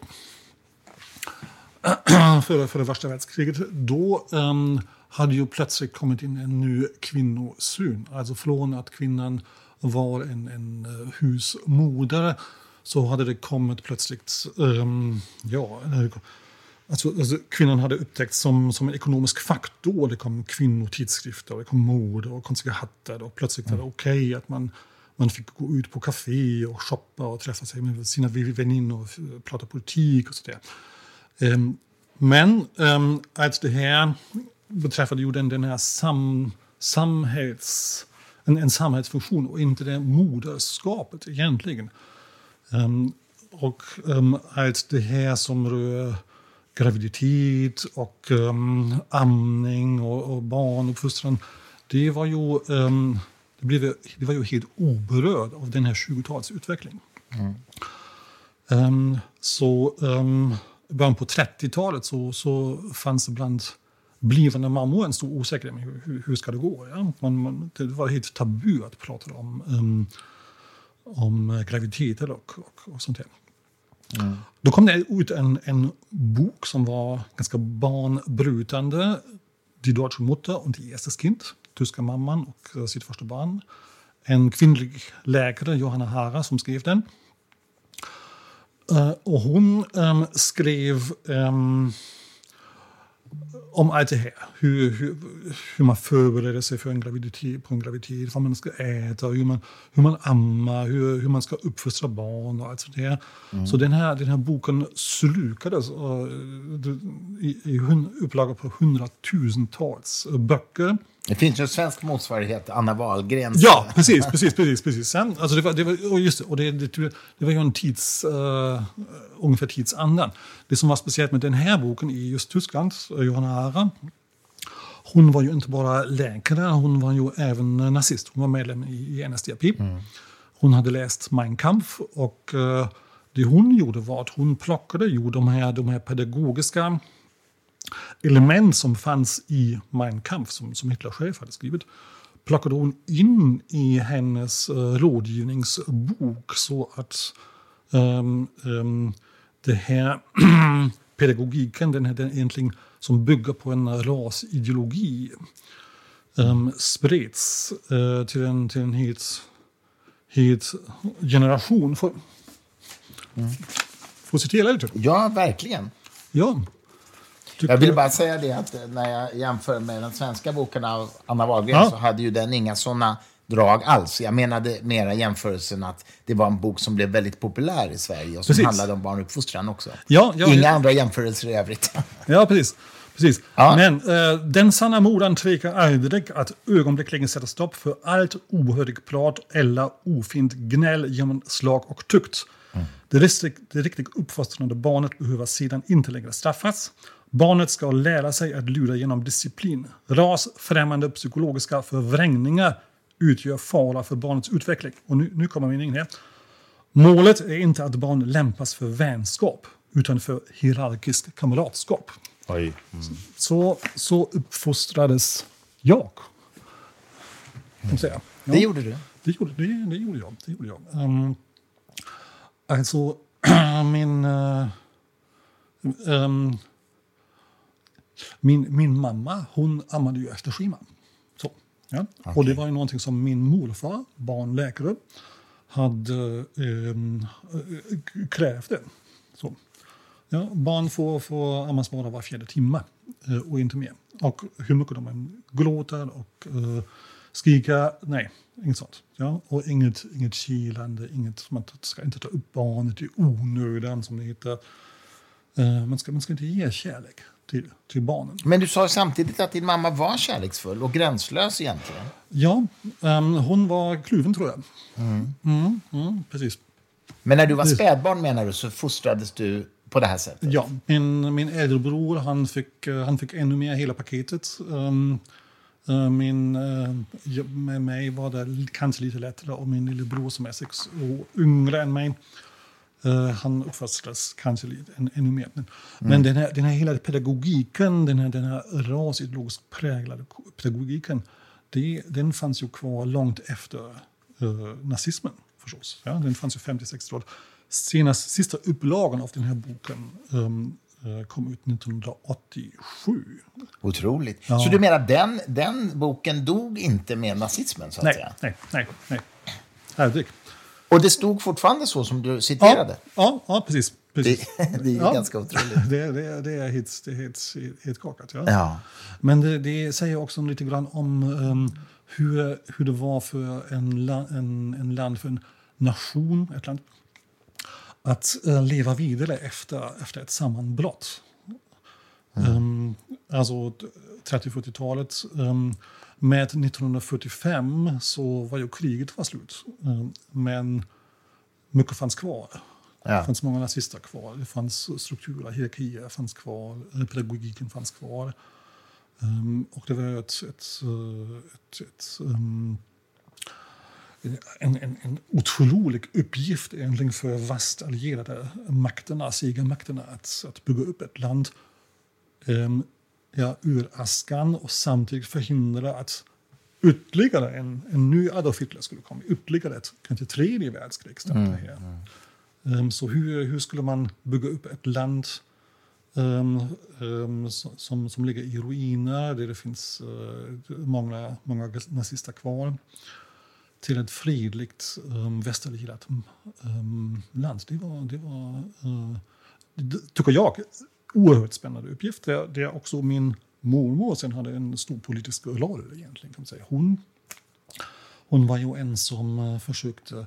B: för, för det första världskriget, då um, hade ju plötsligt kommit in en ny kvinnosyn. Alltså från att kvinnan var en, en husmoder så hade det kommit plötsligt, um, ja, alltså, alltså kvinnan hade upptäckts som, som en ekonomisk faktor. Det kom kvinnotidskrifter, det kom mode och konstiga hattar och plötsligt var det okej okay att man, man fick gå ut på café och shoppa och träffa sig med sina väninnor och prata politik och sådär. Um, men um, att det här beträffande ju den, den här sam, samhälls, en, en samhällsfunktion och inte det moderskapet egentligen. Um, och um, allt det här som rör graviditet och um, amning och, och barnuppfostran, det var ju um, det, blev, det var ju helt oberörd av den här tjugotalsutveckling. Mm. Um, så um, början på trettiotalet så, så fanns det bland blivande mammor en stor osäkerhet med hur, hur ska det gå. Ja? Man, man, det var helt tabu att prata om, um, om graviditeter och, och, och sånt här. Mm. Då kom det ut en, en bok som var ganska barnbrutande. Die deutsche Mutter und ihr erstes Kind, tyska mamman och sitt första barn. En kvinnlig läkare, Johanna Hara, som skrev den. Uh, och hon um, skrev um, om allt det här. Hur, hur, hur man förbereder sig för en graviditet, på en graviditet, vad man ska äta, hur man, hur man ammar, hur, hur man ska uppfostra barn och allt sånt där. Mm. Så den här, den här boken slukades uh, i, i upplagor på hundratusentals böcker.
A: Det finns ju en svensk motsvarighet, Anna Wahlgren.
B: Ja, precis, precis, precis, precis. Sen, alltså det var, det var, och just det, och det, det, det var ju en tids, uh, ungefär tidsandan. Det som var speciellt med den här boken i just Tyskland, Johanna Hara, hon var ju inte bara läkare, hon var ju även nazist. Hon var medlem i, i N S D A P. Mm. Hon hade läst Mein Kampf och uh, det hon gjorde var att hon plockade ju de här, de här pedagogiska element som fanns i Mein Kampf, som, som Hitler själv hade skrivit, plockade hon in i hennes uh, rådgivningsbok så att um, um, det här pedagogiken, den här den egentligen som bygger på en rasideologi, um, spreds uh, till en, till en helt, helt generation. Får mm. Får citera lite?
A: Ja, verkligen.
B: Ja.
A: Jag vill bara säga det att när jag jämför med den svenska boken av Anna Wahlgren ja. så hade ju den inga sådana drag alls. Jag menade mera jämförelsen att det var en bok som blev väldigt populär i Sverige och som precis. handlade om barnuppfostran också. Ja, ja, inga ja. andra jämförelser i övrigt.
B: Ja, precis. precis. Ja. Men äh, den sanna modern tvekar aldrig att ögonblickligen sätta stopp för allt ohördigt prat eller ofint gnäll genom slag och tukt. Mm. Det, riktigt, det riktigt uppfostrande barnet behöver sedan inte längre straffas. Barnet ska lära sig att lyda genom disciplin. Rasfrämmande psykologiska förvrängningar utgör fara för barnets utveckling. Och nu, nu kommer meningen här. Målet är inte att barn lämpas för vänskap, utan för hierarkisk kamratskap.
A: Oj. Mm.
B: Så, så uppfostrades jag. Kan säga. Ja,
A: det gjorde du?
B: Det gjorde, det, det gjorde jag. Det gjorde jag. Um, alltså, min, uh, um, min... Min mamma, hon ammade ju efter schema. Så, ja. Okay. Och det var ju någonting som min morfar, barnläkare, hade um, krävde. Så. Ja, barn får, får ammas bara var fjärde timme uh, och inte mer. Och hur mycket de än gråter och uh, skrika, nej, inget sånt. Ja? Och inget, inget kilande, inget, man ska inte ta upp barnet i onödan som det heter. Uh, man, ska, man ska inte ge kärlek till, till barnen.
A: Men du sa samtidigt att din mamma var kärleksfull och gränslös egentligen.
B: Ja, um, hon var kluven tror jag.
A: Mm.
B: Mm, mm, precis.
A: Men när du var spädbarn menar du så fostrades du på det här sättet?
B: Ja, min, min äldrebror han fick, han fick ännu mer hela paketet. Um, Min, med mig var det kanske lite lättare och min lillebror som är sex år yngre än mig, han uppfostrades kanske lite ännu mer. Men, mm. men den, här, den här hela pedagogiken, den här, den här rasideologiskt präglade pedagogiken, det, den fanns ju kvar långt efter uh, nazismen förstås. Ja, den fanns ju femtio-sextio-talet. Senast, sista upplagan av den här boken um, kom ut nittonhundraåttiosju.
A: Otroligt.
B: Ja.
A: Så du menar den, den boken dog inte med nazismen så att
B: nej,
A: säga?
B: Nej, nej, nej. Aldrig.
A: Och det stod fortfarande så som du citerade?
B: Ja, ja, ja precis. precis.
A: Det, det är
B: ja.
A: ganska otroligt.
B: Det, det, det är helt, det är helt, helt kakat. Ja.
A: Ja.
B: Men det, det säger också lite grann om um, hur, hur det var för en, la, en, en land, för en nation, ett land, att uh, leva vidare efter, efter ett sammanbrott. Mm. Um, alltså trettio-fyrtiotalet. Um, med nittonhundrafyrtiofem så var ju kriget var slut. Um, men mycket fanns kvar. Ja. Det fanns många nazister kvar. Det fanns strukturer, hierarkier fanns kvar. Pedagogiken fanns kvar. Um, och det var ett... ett, ett, ett um, En, en, en otrolig uppgift egentligen för västallierade makterna, segermakterna, att, att bygga upp ett land um, ja, ur askan och samtidigt förhindra att ytterligare en, en ny Adolf Hitler skulle komma. Ytterligare ett kanske tredje världskrig starta här. Mm, mm. Um, så hur, hur skulle man bygga upp ett land um, um, som, som ligger i ruiner, där det finns uh, många, många nazister kvar, till ett fredligt um, västallierat um, land. Det var, det var uh, det, tycker jag, oerhört spännande uppgift. Det, det är också min mormor sen hade en stor politisk roll egentligen, kan man säga. Hon, hon var ju en som uh, försökte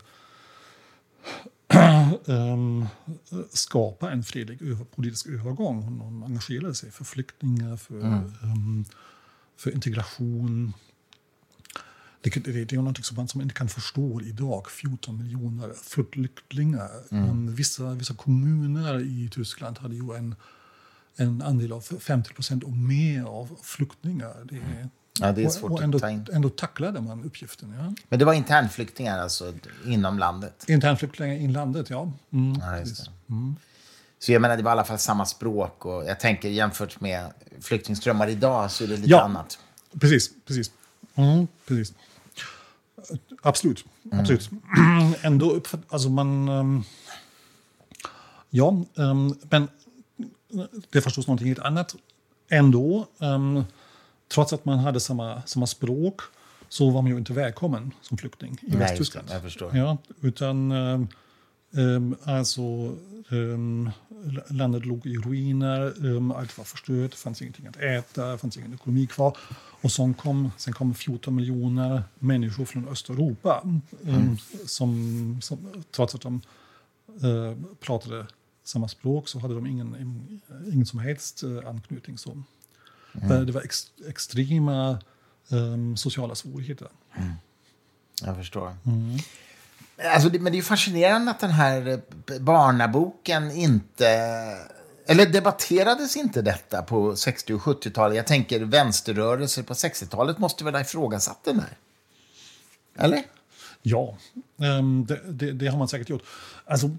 B: um, skapa en fredlig över, politisk övergång. Hon, hon engagerade sig för flyktingar, för, mm. um, för integration. Det, det, det är något som man som inte kan förstå idag. fjorton miljoner flyktingar. Mm. Um, vissa, vissa kommuner i Tyskland hade ju en, en andel av femtio procent och mer av flyktingar. Det, mm.
A: Ja, det är svårt
B: och, och ändå,
A: att ta in.
B: Ändå tacklade man uppgiften. Ja.
A: Men det var internflyktingar alltså inom landet?
B: Internflyktingar i landet, ja. Mm,
A: ja just det.
B: Mm.
A: Så jag menar, det var i alla fall samma språk. Och jag tänker jämfört med flyktingströmmar idag så är det lite
B: ja,
A: annat.
B: Precis, precis. Mm, precis. Absolut, mm. absolut. Ändå uppfatt, alltså man... Um, ja, um, men det är förstås någonting helt annat. Ändå, um, trots att man hade samma, samma språk, så var man ju inte välkommen som flykting i
A: Nej,
B: Västtyskland.
A: Jag förstår.
B: Ja, utan um, um, alltså um, landet låg i ruiner, um, allt var förstört, det fanns ingenting att äta, det fanns ingen ekonomi kvar. Och sen kom, sen kom fjorton miljoner människor från Östeuropa um, mm. som, som, trots att de uh, pratade samma språk så hade de ingen, ingen, ingen som helst uh, anknytning. Så. Mm. Det var ex, extrema um, sociala svårigheter.
A: Mm. Jag förstår.
B: Mm.
A: Alltså det, men det är ju fascinerande att den här barnaboken inte Eller debatterades inte detta på sextio- och sjuttiotalet? Jag tänker vänsterrörelser på sextiotalet måste väl ha ifrågasatt den här? Eller?
B: Ja, um, det, det, det har man säkert gjort. Alltså...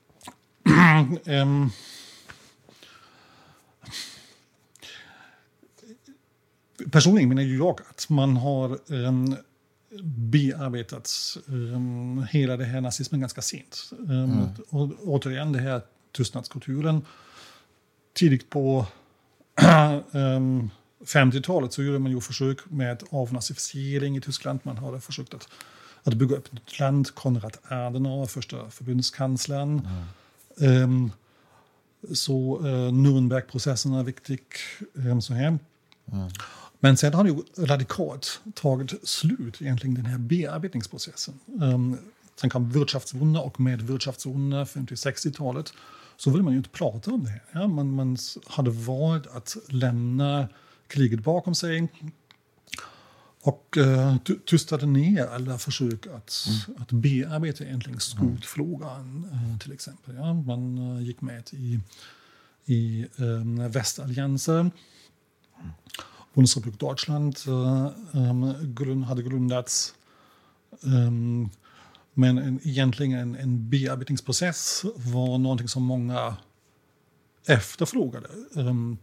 B: um, personligen menar ju jag att man har um, bearbetat um, hela det här nazismen ganska sent. Um, mm. Och återigen, det här tystnadskulturen. Tidigt på um, femtiotalet så gjorde man ju försök med avnazifiering i Tyskland. Man hade försökt att, att bygga upp ett land. Konrad Adenauer, första förbundskanslern. Mm. Um, så uh, Nürnbergprocessen är viktig. Um, så här. Mm. Men sen har det ju radikalt tagit slut, egentligen, den här bearbetningsprocessen. Um, sen kom Wirtschaftswunder och med Wirtschaftswunder femtio-sextiotalet så ville man ju inte prata om det här. Ja, man, man hade valt att lämna kriget bakom sig och uh, tystade ner alla försök att, mm. att bearbeta egentligen skrotfrågan, uh, till exempel. Ja, man uh, gick med i, i um, västallianser. Bundesrepublik Deutschland äh, ähm, hade grundats. Ähm, men en, egentligen en, en bearbetningsprocess var någonting som många efterfrågade. Ähm,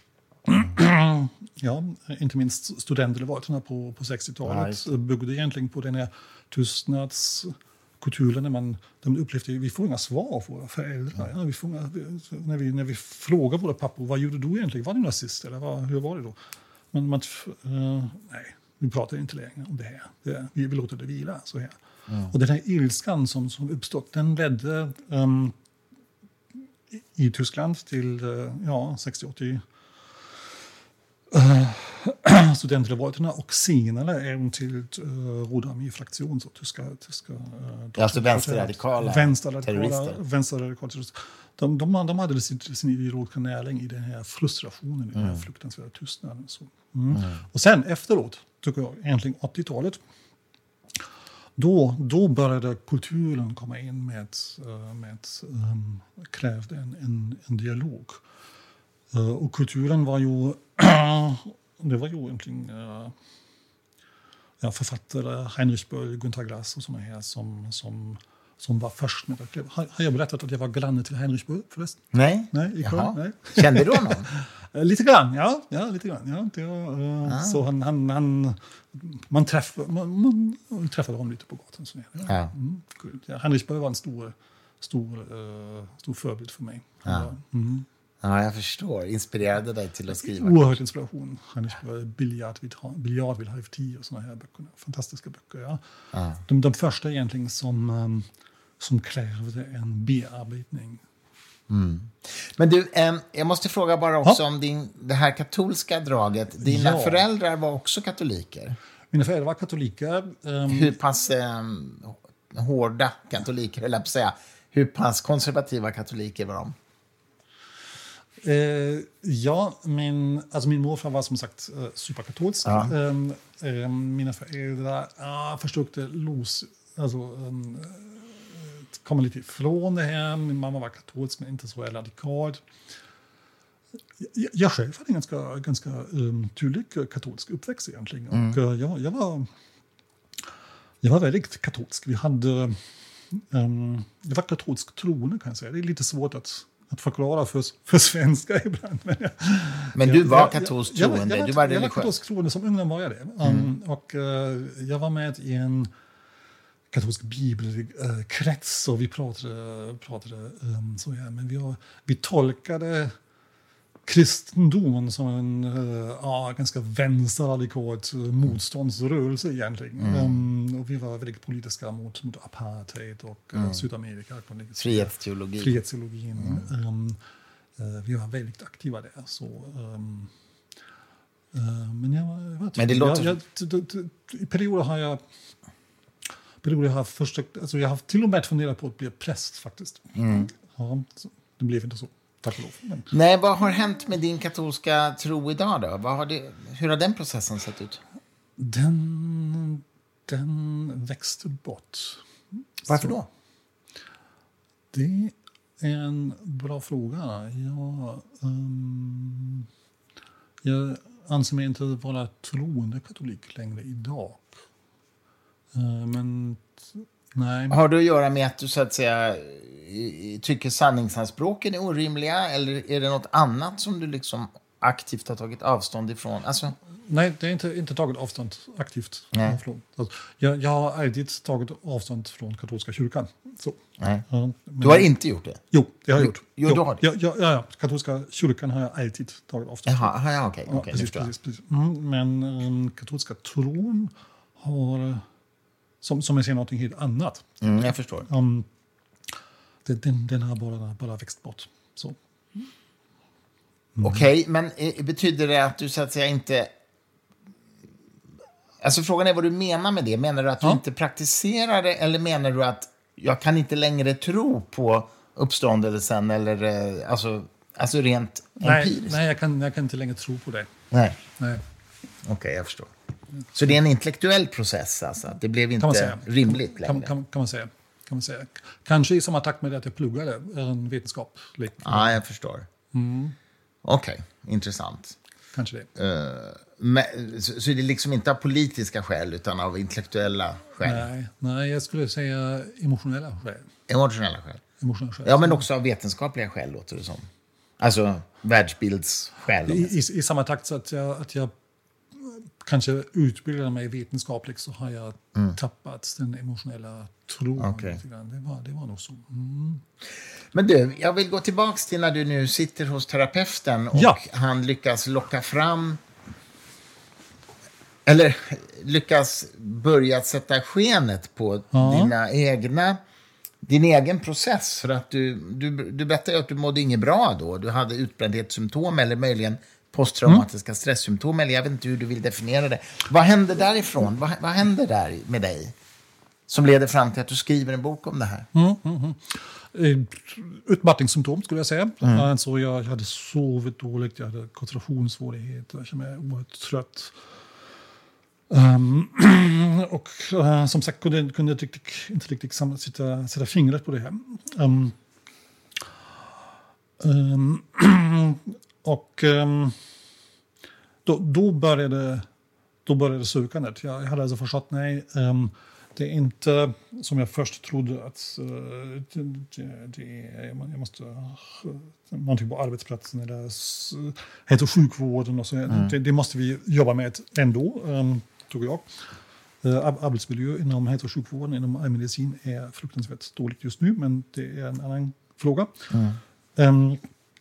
B: ja, inte minst studentelevaterna på, på sextiotalet right. byggde egentligen på den här tystnadskulturen när man, man upplevde att vi får inga svar från våra föräldrar. Ja, vi får inga, när, vi, när vi frågar våra pappor, vad gjorde du egentligen? Var du nazist eller vad, hur var det då? Men man, uh, nej, vi pratar inte längre om det här. Det, vi, vi låter det vila så här. Mm. Och den här ilskan som, som uppstått, den ledde um, i, i Tyskland till uh, ja, sextio åttio uh, studentrevolterna och senare även till uh, Rote Armee-fraktion, så tyska... tyska uh,
A: alltså vänsterradikala terrorister.
B: Vänsterradikala terrorister. De, de, de hade sin, sin ideologiska näring i den här frustrationen, mm. i den här fruktansvärda tystnaden. Så. Mm. Mm. Och sen efteråt, tycker jag, egentligen åttiotalet, då, då började kulturen komma in med, med um, krävde en, en, en dialog. Uh, och kulturen var ju, det var ju egentligen uh, ja, författare, Heinrich Böll, Günter Grass och såna här som, som som var först med att har, har jag berättat att jag var granne till Heinrich Böll förresten?
A: Nej.
B: Nej, i Köln, nej.
A: Kände du honom?
B: lite grann, ja. ja lite grann, ja. Det var, uh, ah. Så han, han, han, man, träff, man, man träffade honom lite på gatan. Så ja. Ja. Mm, ja, Heinrich Böll var en stor, stor, uh, stor förebild för mig.
A: Ja.
B: Var, mm.
A: Ja, jag förstår. Inspirerade dig till att skriva.
B: Oerhört inspiration. Heinrich Böll, Biljard vid Biljard vid halv tio och såna här böcker. Fantastiska böcker, ja. Ja. De, de första egentligen som... Um, som krävde en bearbetning.
A: Mm. Men du, eh, jag måste fråga bara också ha? om din, det här katolska draget. Dina ja. föräldrar var också katoliker.
B: Mina föräldrar var katoliker. Um,
A: Hur pass eh, hårda katoliker, eller att säga, hur pass konservativa katoliker var de?
B: Eh, ja, min, alltså min morfar var som sagt uh, superkatolsk. Ja. Um, um, mina föräldrar uh, försökte los... Alltså, um, kommer lite ifrån det här. Min mamma var katolsk men inte så radikalt. Jag, jag själv hade en ganska, ganska um, tydlig katolsk uppväxt egentligen. Mm. Och, uh, jag, jag, var, jag var väldigt katolsk. Vi hade... Um, jag var katolsk troende, kan jag säga. Det är lite svårt att, att förklara för, för svenskar ibland. Men, jag,
A: men du var katolsk troende?
B: Jag, jag, jag,
A: du var
B: jag var katolsk troende, som ungdom var jag det. Um, mm. Och uh, jag var med i en katolsk bibelkrets och vi pratade, pratade um, så här, men vi, har, vi tolkade kristendomen som en uh, ja, ganska vänsterradikalt uh, motståndsrörelse egentligen. Mm. Um, och vi var väldigt politiska mot, mot apartheid och uh, mm. Sydamerika.
A: Frihetsteologi.
B: Frihetsteologin. Mm. Um, uh, vi var väldigt aktiva där. Så, um, uh, men jag, jag vet,
A: men det låter...
B: jag, jag, i perioder har jag Jag har, försökt, alltså jag har till och med funderat på att bli präst faktiskt. Mm. Ja, det blev inte så. Tack och lov. Men...
A: Nej, vad har hänt med din katolska tro idag då? Vad har det, hur har den processen sett ut?
B: Den, den växte bort.
A: Varför så, då?
B: Det en bra fråga. Jag, um, jag anser mig inte vara troende katolik längre idag. Uh, men nej.
A: Har det att göra med att du så att säga tycker sanningsanspråken är orimliga, eller är det något annat som du liksom aktivt har tagit avstånd ifrån? Alltså...
B: Nej, det är inte, inte tagit avstånd aktivt.
A: Nej.
B: Alltså, jag, jag har alltid tagit avstånd från katolska kyrkan. Så.
A: Nej.
B: Ja, men,
A: du har inte gjort det?
B: Jo, det har jag gjort.
A: Jo, du har det.
B: Ja, ja, ja, ja, katolska kyrkan har jag alltid tagit avstånd från.
A: Jaha, ja, okej. Okay, okay,
B: ja, precis, precis, precis. Mm, men um, katolska tron har, som, som jag ser, något helt annat.
A: Mm, jag förstår.
B: Um, det, den, den har bara, bara växt bort. Så.
A: Mm. Okej, okay, men eh, betyder det att du så att säga inte... Alltså frågan är vad du menar med det. Menar du att du ja. inte praktiserar det, eller menar du att jag kan inte längre tro på uppståndelsen, eller eh, alltså, alltså rent
B: nej,
A: empiriskt?
B: Nej, jag kan, jag kan inte längre tro på det.
A: Nej.
B: nej.
A: Okej, okay, jag förstår. Så det är en intellektuell process alltså? Det blev inte rimligt längre?
B: Kan, kan, kan, man säga. kan man säga. Kanske i samma takt med att jag pluggade en vetenskaplig.
A: Ja, jag förstår.
B: Mm.
A: Okej, okay, intressant.
B: Kanske det.
A: Uh, men, så, så det är liksom inte av politiska skäl utan av intellektuella skäl?
B: Nej, nej, jag skulle säga emotionella skäl.
A: Emotionella skäl?
B: Emotionella skäl.
A: Ja, men också av vetenskapliga skäl låter det som. Alltså världsbildsskäl.
B: I, i, I samma takt så att jag, att jag kanske utbildade mig vetenskapligt, så har jag mm. tappat den emotionella tron.
A: Okay.
B: Det, var, det var nog så. Mm.
A: Men du, jag vill gå tillbaka till när du nu sitter hos terapeuten och
B: ja.
A: han lyckas locka fram, eller lyckas börja sätta skenet på ja. dina egna, din egen process. För att du, du, du berättade att du mådde inget bra då. Du hade utbrändhetssymptom eller möjligen posttraumatiska mm. stresssymptom, eller jag vet inte hur du vill definiera det. Vad hände därifrån? Vad, vad hände där med dig som leder fram till att du skriver en bok om det här?
B: Mm, mm, mm. Utmattningssymptom skulle jag säga. Mm. Alltså jag, jag hade sovit dåligt, jag hade koncentrationssvårigheter, jag kände mig oerhört trött. Um, och uh, som sagt kunde, kunde jag inte, inte riktigt sätta, sätta fingret på det här. Um, um, och um, då, då började då började sökandet. Jag hade alltså förstått, nej, um, det är inte som jag först trodde att uh, det, det, det är, jag måste uh, någonting på arbetsplatsen eller uh, hälso- och sjukvården och så. Mm. Det, det måste vi jobba med ändå, um, tror jag. Uh, arbetsmiljö inom hälso- och sjukvården, inom allmänmedicin är fruktansvärt dåligt just nu, men det är en annan fråga. Mm. Um,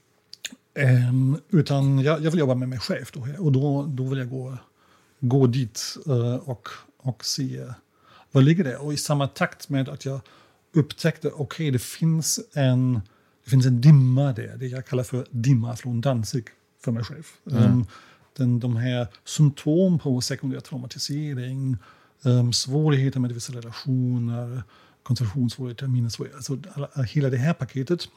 B: um, utan jag, jag vill jobba med mig själv då, och då, då vill jag gå, gå dit uh, och, och se vad ligger det. Och i samma takt med att jag upptäckte, okej, okay, det finns en det finns en dimma där, det jag kallar för dimma från Danzig för mig själv. Mm. Um, den, de här symptom på sekundär traumatisering, um, svårigheter med vissa relationer, koncentrationssvårigheter, minnessvårigheter, alltså alla, hela det här paketet.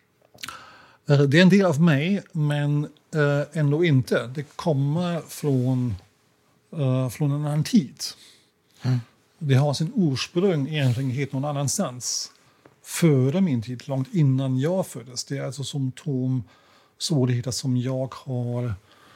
B: Uh, det är en del av mig, men uh, ändå inte. Det kommer från, uh, från en annan tid. Mm. Det har sin ursprung egentligen helt någon annanstans. Före min tid, långt innan jag föddes. Det är alltså symptom, svårigheter som jag har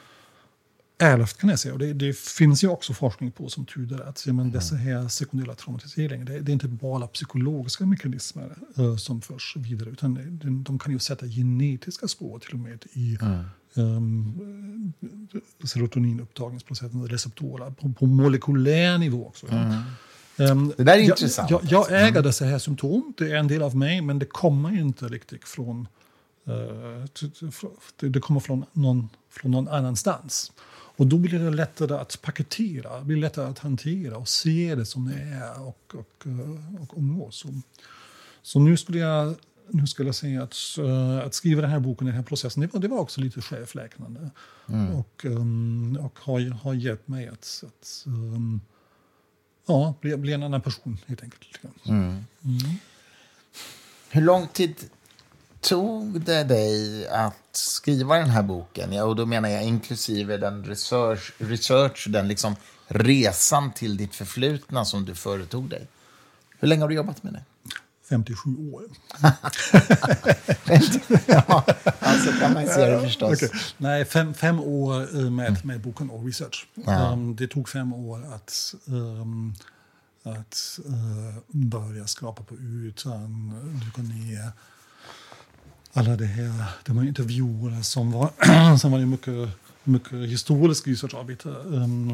B: ärvt, kan jag säga. Och det, det finns ju också forskning på som tyder att ja, men mm. dessa här sekundära traumatiseringar, det, det är inte bara psykologiska mekanismer uh, som förs vidare, utan det, de kan ju sätta genetiska spår till och med i mm. um, serotoninupptagningsprocessen, receptorer på, på molekylär nivå också. Mm. Um,
A: det där är
B: jag,
A: intressant.
B: Jag, jag äger mm. dessa här symptom, det är en del av mig, men det kommer inte riktigt från uh, det, det kommer från någon, från någon annanstans. Och då blir det lättare att paketera, det blir lättare att hantera och se det som det är och, och, och umgås. Så, så nu skulle jag nu skulle jag säga att, uh, att skriva den här boken, den här processen, det var, det var också lite självläkande. Mm. Och, um, och har, har hjälpt mig att, att um, ja, bli, bli en annan person helt enkelt.
A: Mm. Mm. Hur lång tid tog det dig att skriva den här boken? Ja, och då menar jag inklusive den research, research den liksom resan till ditt förflutna som du företog dig. Hur länge har du jobbat med det?
B: femtiosju år.
A: Ja, alltså kan man se det förstås.
B: Okay. Nej, fem, fem år med, med boken och research.
A: Ja.
B: Um, det tog fem år att, um, att uh, börja skapa på ytan, dyka ner. Alla det här, de här intervjuerna som var, som var mycket, mycket historisk researcharbete. Um,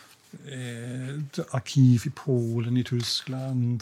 B: eh, arkiv i Polen, i Tyskland.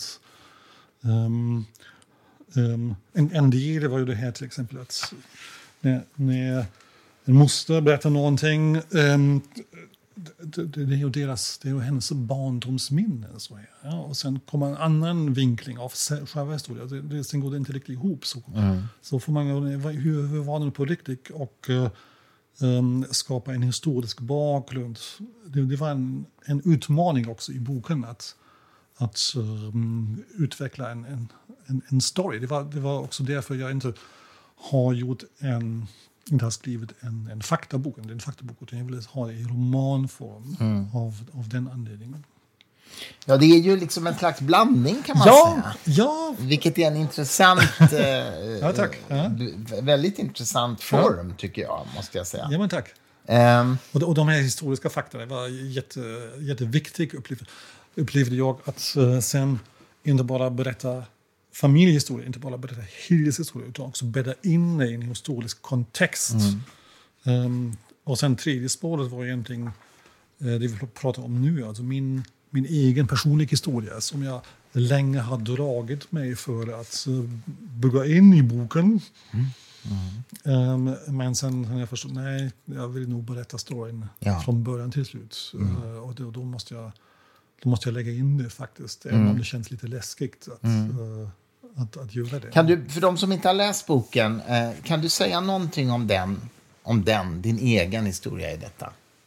B: Um, um, en, en del var ju det här till exempel att när, när en moster berättar någonting, um, det, det, det är ju deras, det är ju hennes barndomsminnen. Så här, ja. Och sen kommer en annan vinkling av själva historien. Det, det, sen går det inte riktigt ihop. Så,
A: mm.
B: så får man hur, hur var det på riktigt och uh, um, skapa en historisk bakgrund. Det, det var en, en utmaning också i boken att, att um, utveckla en, en, en, en story. Det var, det var också därför jag inte har gjort en inte har skrivit en, en faktabok, en faktabok, utan jag ville ha det i romanform mm. av, av den anledningen.
A: Ja, det är ju liksom en slags blandning kan man
B: ja,
A: säga.
B: Ja.
A: Vilket är en intressant, eh,
B: ja, tack. Ja.
A: väldigt intressant form
B: ja.
A: tycker jag, måste jag säga.
B: Ja, men tack.
A: Um,
B: och, de, och de här historiska faktorna var jätte, jätteviktigt upplevde, upplevde jag att uh, sen inte bara berätta familjehistoria, inte bara berätta helhetshistoria utan också bädda in i en historisk kontext. Mm. Um, och sen tredje spåret var egentligen uh, det vi pratar om nu, alltså min, min egen personliga historia som jag länge har dragit mig för att uh, bygga in i boken. Mm. Mm. Um, men sen har jag förstått, nej, jag vill nog berätta storyn ja. från början till slut. Mm. Uh, och då, då, måste jag, då måste jag lägga in det faktiskt, mm. även om det känns lite läskigt att mm. uh, Att, att göra det.
A: Kan du, för de som inte har läst boken, eh, kan du säga någonting om den, om den, din egen historia i detta?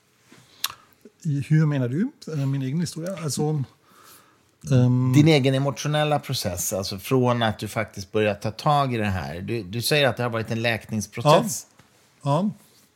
B: I, hur menar du? Min egen historia? Alltså, um...
A: Din egen emotionella process, alltså från att du faktiskt börjar ta tag i det här. Du, du säger att det har varit en läkningsprocess.
B: Ja.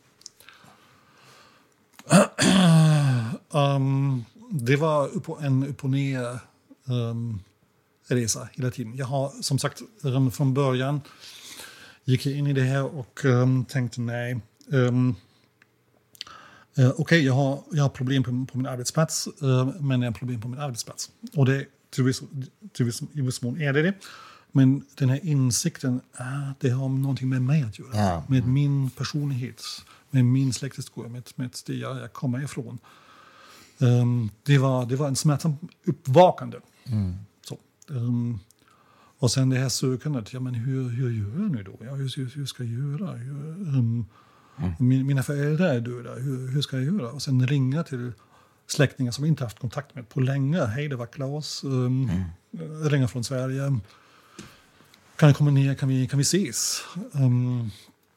B: ja. um, det var upp och, en upp och ner um, resa hela tiden. Jag har som sagt från början gick jag in i det här och um, tänkte nej. Um, uh, Okej, okay, jag, har, jag har problem på, på min arbetsplats, uh, men jag har problem på min arbetsplats. Och det till viss, till viss, i viss mån är det det. Men den här insikten, uh, det har någonting med mig att göra. Ja. Med min personlighet, med min släkthistoria, med, med det jag kommer ifrån. Um, det, var, det var en smärtsam uppvakande. Mm. Um, och sen det här sökandet, ja men hur, hur gör jag nu då? Ja, hur, hur, hur ska jag göra? Hur, um, mm. min, mina föräldrar är döda, hur, hur ska jag göra? Och sen ringa till släktingar som inte haft kontakt med på länge. Hej, det var Claes. Um, mm. Ringa från Sverige. Kan jag komma ner? Kan vi, kan vi ses? Um,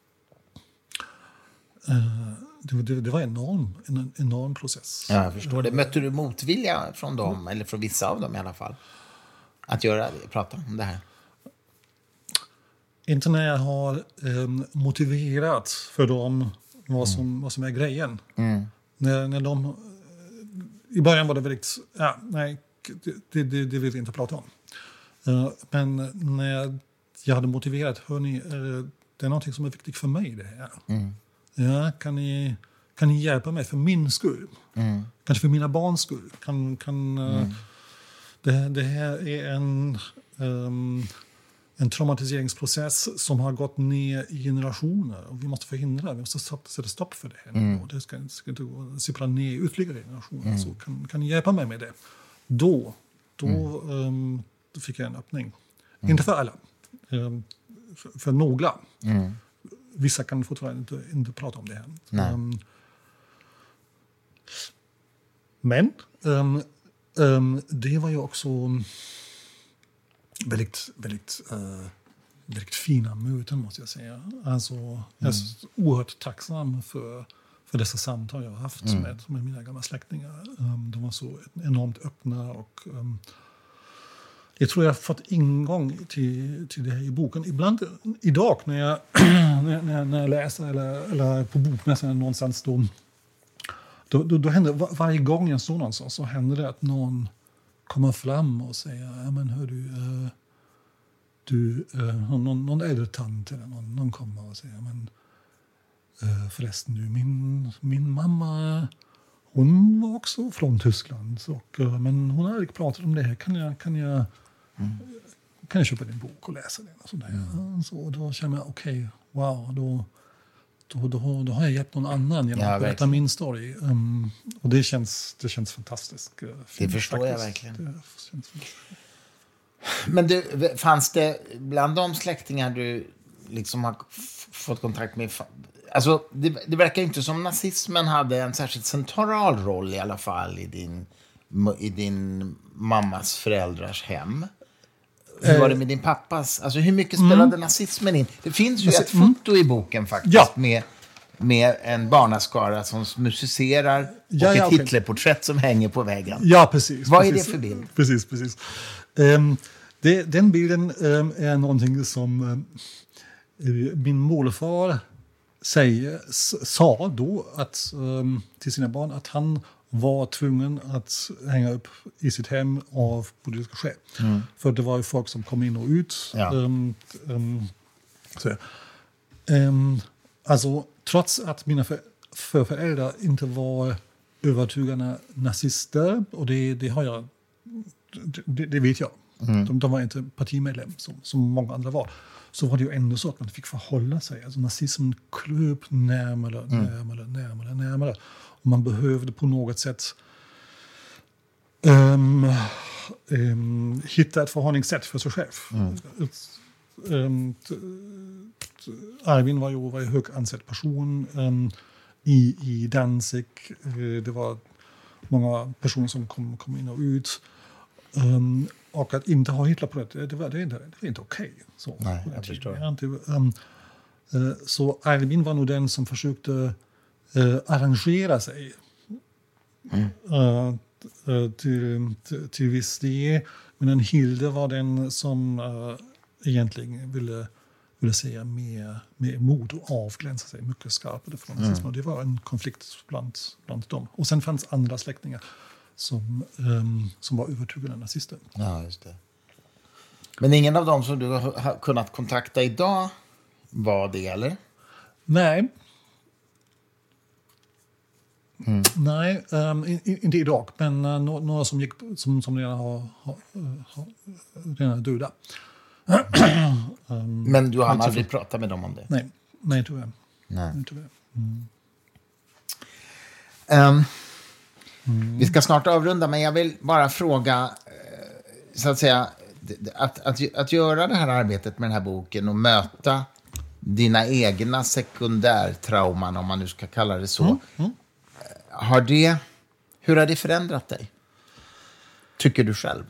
B: uh, det, det, det var enorm, en enorm process.
A: Ja, jag förstår det. Mötte du motvilja från dem, mm. eller från vissa av dem i alla fall? Att göra det, prata om det här?
B: Inte när jag har eh, motiverat för dem vad som, mm. vad som är grejen. Mm. När, när de, i början var det väldigt, ja, nej, det, det, det vill jag inte prata om. Uh, men när jag hade motiverat, hörni, uh, det är någonting som är viktigt för mig det här. Mm. Ja, kan ni, kan ni hjälpa mig för min skull? Mm. Kanske för mina barns skull? Kan... kan uh, mm. Det, det här är en, um, en traumatiseringsprocess som har gått ner i generationer. Och vi måste förhindra det. Vi måste sätta stopp för det här. Mm. Det ska, ska inte sippra ner i ytterligare generationer. Mm. Så kan, kan ni hjälpa mig med det? Då, då, mm. um, då fick jag en öppning. Mm. Inte för alla. Um, för, för några. Mm. Vissa kan fortfarande inte, inte prata om det här. Um, men... Um, Um, det var ju också väldigt, väldigt, uh, väldigt fina möten måste jag säga. Alltså, mm. jag är oerhört tacksam för, för dessa samtal jag har haft mm. med, med mina gamla släktingar. Um, de var så enormt öppna och um, jag tror jag har fått ingång till, till det här i boken. Ibland, idag när jag, när jag, när jag läser eller, eller på bokmässan någonstans då Då, då, då händer, var, varje gång jag står någonstans så händer det att någon kommer fram och säger ja men hör du, uh, du, uh, någon, någon äldre tant eller någon, någon kommer och säger men uh, förresten du, min, min mamma hon var också från Tyskland och, uh, men hon har aldrig pratat om det här. Kan jag, kan jag, mm. kan jag köpa din bok och läsa den? Och sådär. Mm. Så då känner jag okej, okay, wow, då Då, då, då har jag hjälpt någon annan genom ja, att berätta min story. Um, och det känns, det känns fantastiskt. Uh,
A: det förstår faktiskt. Jag verkligen. Det känns... Men du, fanns det bland de släktingar du liksom har f- fått kontakt med... Alltså, det, det verkar inte som nazismen hade en särskilt central roll i alla fall i din, i din mammas föräldrars hem. Hur var det med din pappas? Alltså hur mycket spelade mm. nazismen in? Det finns ju ett foto i boken faktiskt ja. med, med en barnaskara som musicerar och ja, ja, ett okay. Hitlerporträtt som hänger på väggen.
B: Ja, precis.
A: Vad
B: precis.
A: är det för bild?
B: Precis, precis. Um, det, den bilden um, är någonting som um, min morfar säger, sa då att, um, till sina barn att han var tvungen att hänga upp i sitt hem av politiska skäl. Mm. För det var ju folk som kom in och ut. Ja. Um, um, så. Um, alltså, trots att mina för, för föräldrar inte var övertygande nazister, och det, det har jag, det, det vet jag. Mm. De, de var inte partimedlem som, som många andra var. Så var det ju ändå så att man fick förhålla sig. Alltså nazismen kröp närmare, mm. närmare, närmare, närmare. Och man behövde på något sätt um, um, hitta ett förhållningssätt för sig själv. Mm. Um, Arvin var ju en hög ansedd person um, i, i Danzig. Uh, det var många personer som kom, kom in och ut. Um, och att inte ha Hitler på det, det var, det inte, det var inte okej. Okay. Så,
A: Nej, jag förstår.
B: Inte, um, uh, så Arvin var nog den som försökte uh, arrangera sig mm. uh, uh, till, till, till viss del. Men Hilde var den som uh, egentligen ville, ville säga mer, mer mod och avglänsa sig mycket skarpare från nazismen. Mm. Det var en konflikt bland, bland dem. Och sen fanns andra släktingar som, um, som var övertygade nazister.
A: Ja, just det. Men ingen av dem som du har kunnat kontakta idag var det, eller?
B: Nej. Mm. Nej, um, in, inte idag. Men uh, några som, gick, som, som redan har, har, har redan är döda.
A: um, men du har aldrig pratat med dem om det?
B: Nej, nej tyvärr.
A: Nej.
B: Nej, tyvärr. Mm.
A: Um, Mm. Vi ska snart avrunda, men jag vill bara fråga så att säga att, att, att göra det här arbetet med den här boken och möta dina egna sekundärtrauman, om man nu ska kalla det så. Mm. Mm. Har det, hur har det förändrat dig? Tycker du själv?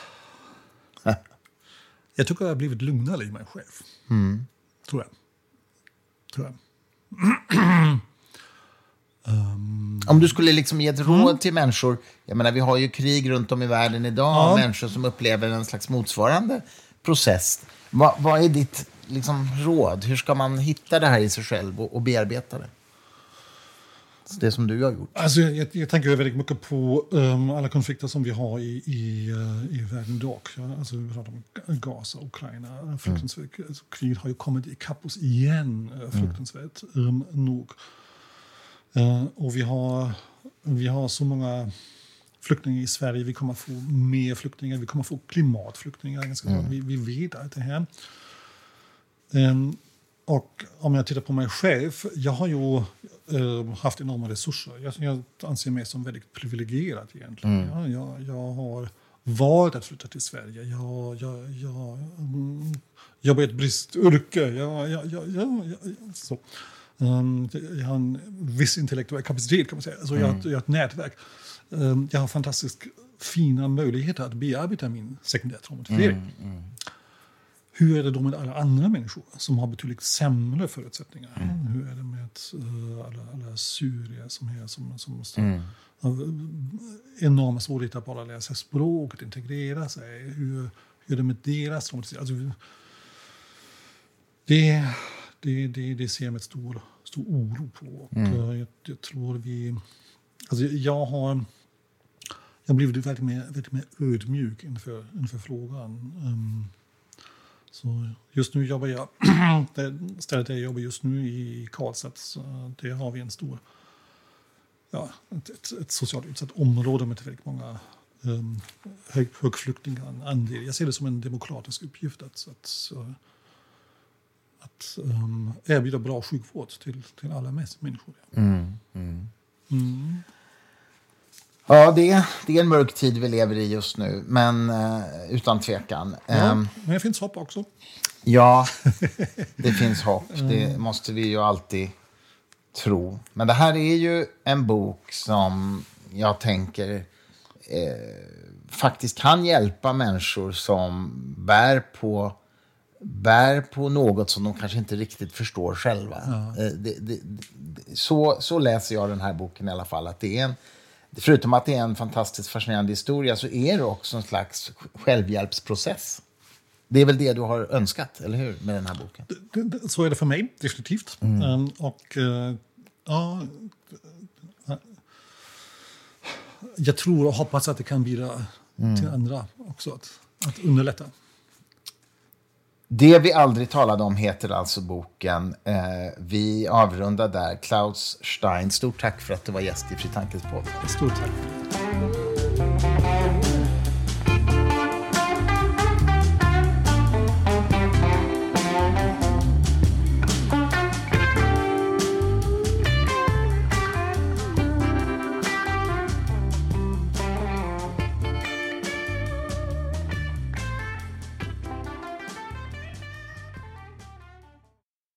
B: Jag tycker jag har blivit lugnare i mig själv.
A: Mm.
B: Tror jag. Tror jag. Um,
A: Om du skulle liksom ge ett råd mm. till människor, jag menar vi har ju krig runt om i världen idag, ja. Människor som upplever en slags motsvarande process. Va, vad är ditt liksom råd? Hur ska man hitta det här i sig själv och, och bearbeta det? Det som du har gjort.
B: Alltså jag, jag tänker väldigt mycket på um, alla konflikter som vi har i, i, uh, i världen idag. Ja, alltså vi pratar om Gaza, Ukraina, fruktansvärt. Mm. Alltså, kriget har ju kommit i kapp oss igen, uh, fruktansvärt um, nog. Uh, och vi har, vi har så många flyktingar i Sverige. Vi kommer få mer flyktingar. Vi kommer få klimatflyktingar. Ganska mm. vi, vi vet allt det här. Um, och om jag tittar på mig själv. Jag har ju uh, haft enorma resurser. Jag, jag anser mig som väldigt privilegierad egentligen. Mm. Ja, jag, jag har valt att flytta till Sverige. Jag, jag, jag mm, jobbar i ett bristyrke. Jag, jag, jag, jag, jag, så. Um, jag har en viss intellektuell kapacitet kan man säga. Alltså, mm. jag, har, jag har ett nätverk. Um, jag har fantastiskt fina möjligheter att bearbeta min sekundära traumatisering. Mm, mm. Hur är det då med alla andra människor som har betydligt sämre förutsättningar? Mm. Hur är det med uh, alla, alla syrier som är som, som måste mm. ha enorma svårigheter att bara lära sig språket, integrera sig? Hur, hur är det med deras traumatisering? Alltså, det Det, det, det ser jag med stor, stor oro på. Och mm. jag, jag tror vi... Alltså jag har... Jag har blivit väldigt mer, väldigt mer ödmjuk inför, inför frågan. Um, Så just nu jobbar jag, det stället jag jobbar just nu i Karlshamn, så det har vi en stor, ja, ett, ett, ett socialt utsatt område med väldigt många um, hög, högflyktingar. Jag ser det som en demokratisk uppgift att, att, att um, erbjuda bra sjukvård till, till alla människor.
A: Mm, mm.
B: Mm.
A: Ja, det, det är en mörk tid vi lever i just nu, men uh, utan tvekan.
B: Ja,
A: um,
B: men det finns hopp också.
A: Ja, det finns hopp. Det måste vi ju alltid tro. Men det här är ju en bok som jag tänker eh, faktiskt kan hjälpa människor som bär på, bär på något som de kanske inte riktigt förstår själva. Ja. Eh, det, det, det, så, så läser jag den här boken i alla fall. Att det är en, förutom att det är en fantastiskt fascinerande historia så är det också en slags självhjälpsprocess. Det är väl det du har önskat, eller hur, med den här boken?
B: Det, det, så är det för mig, definitivt. Mm. Um, och uh, ja, uh, jag tror och hoppas att det kan bidra mm. till andra också, att, att underlätta.
A: Det vi aldrig talade om heter alltså boken. Eh, vi avrundar där. Klaus Stein, stort tack för att du var gäst i Fri Tankes podd.
B: Stort tack.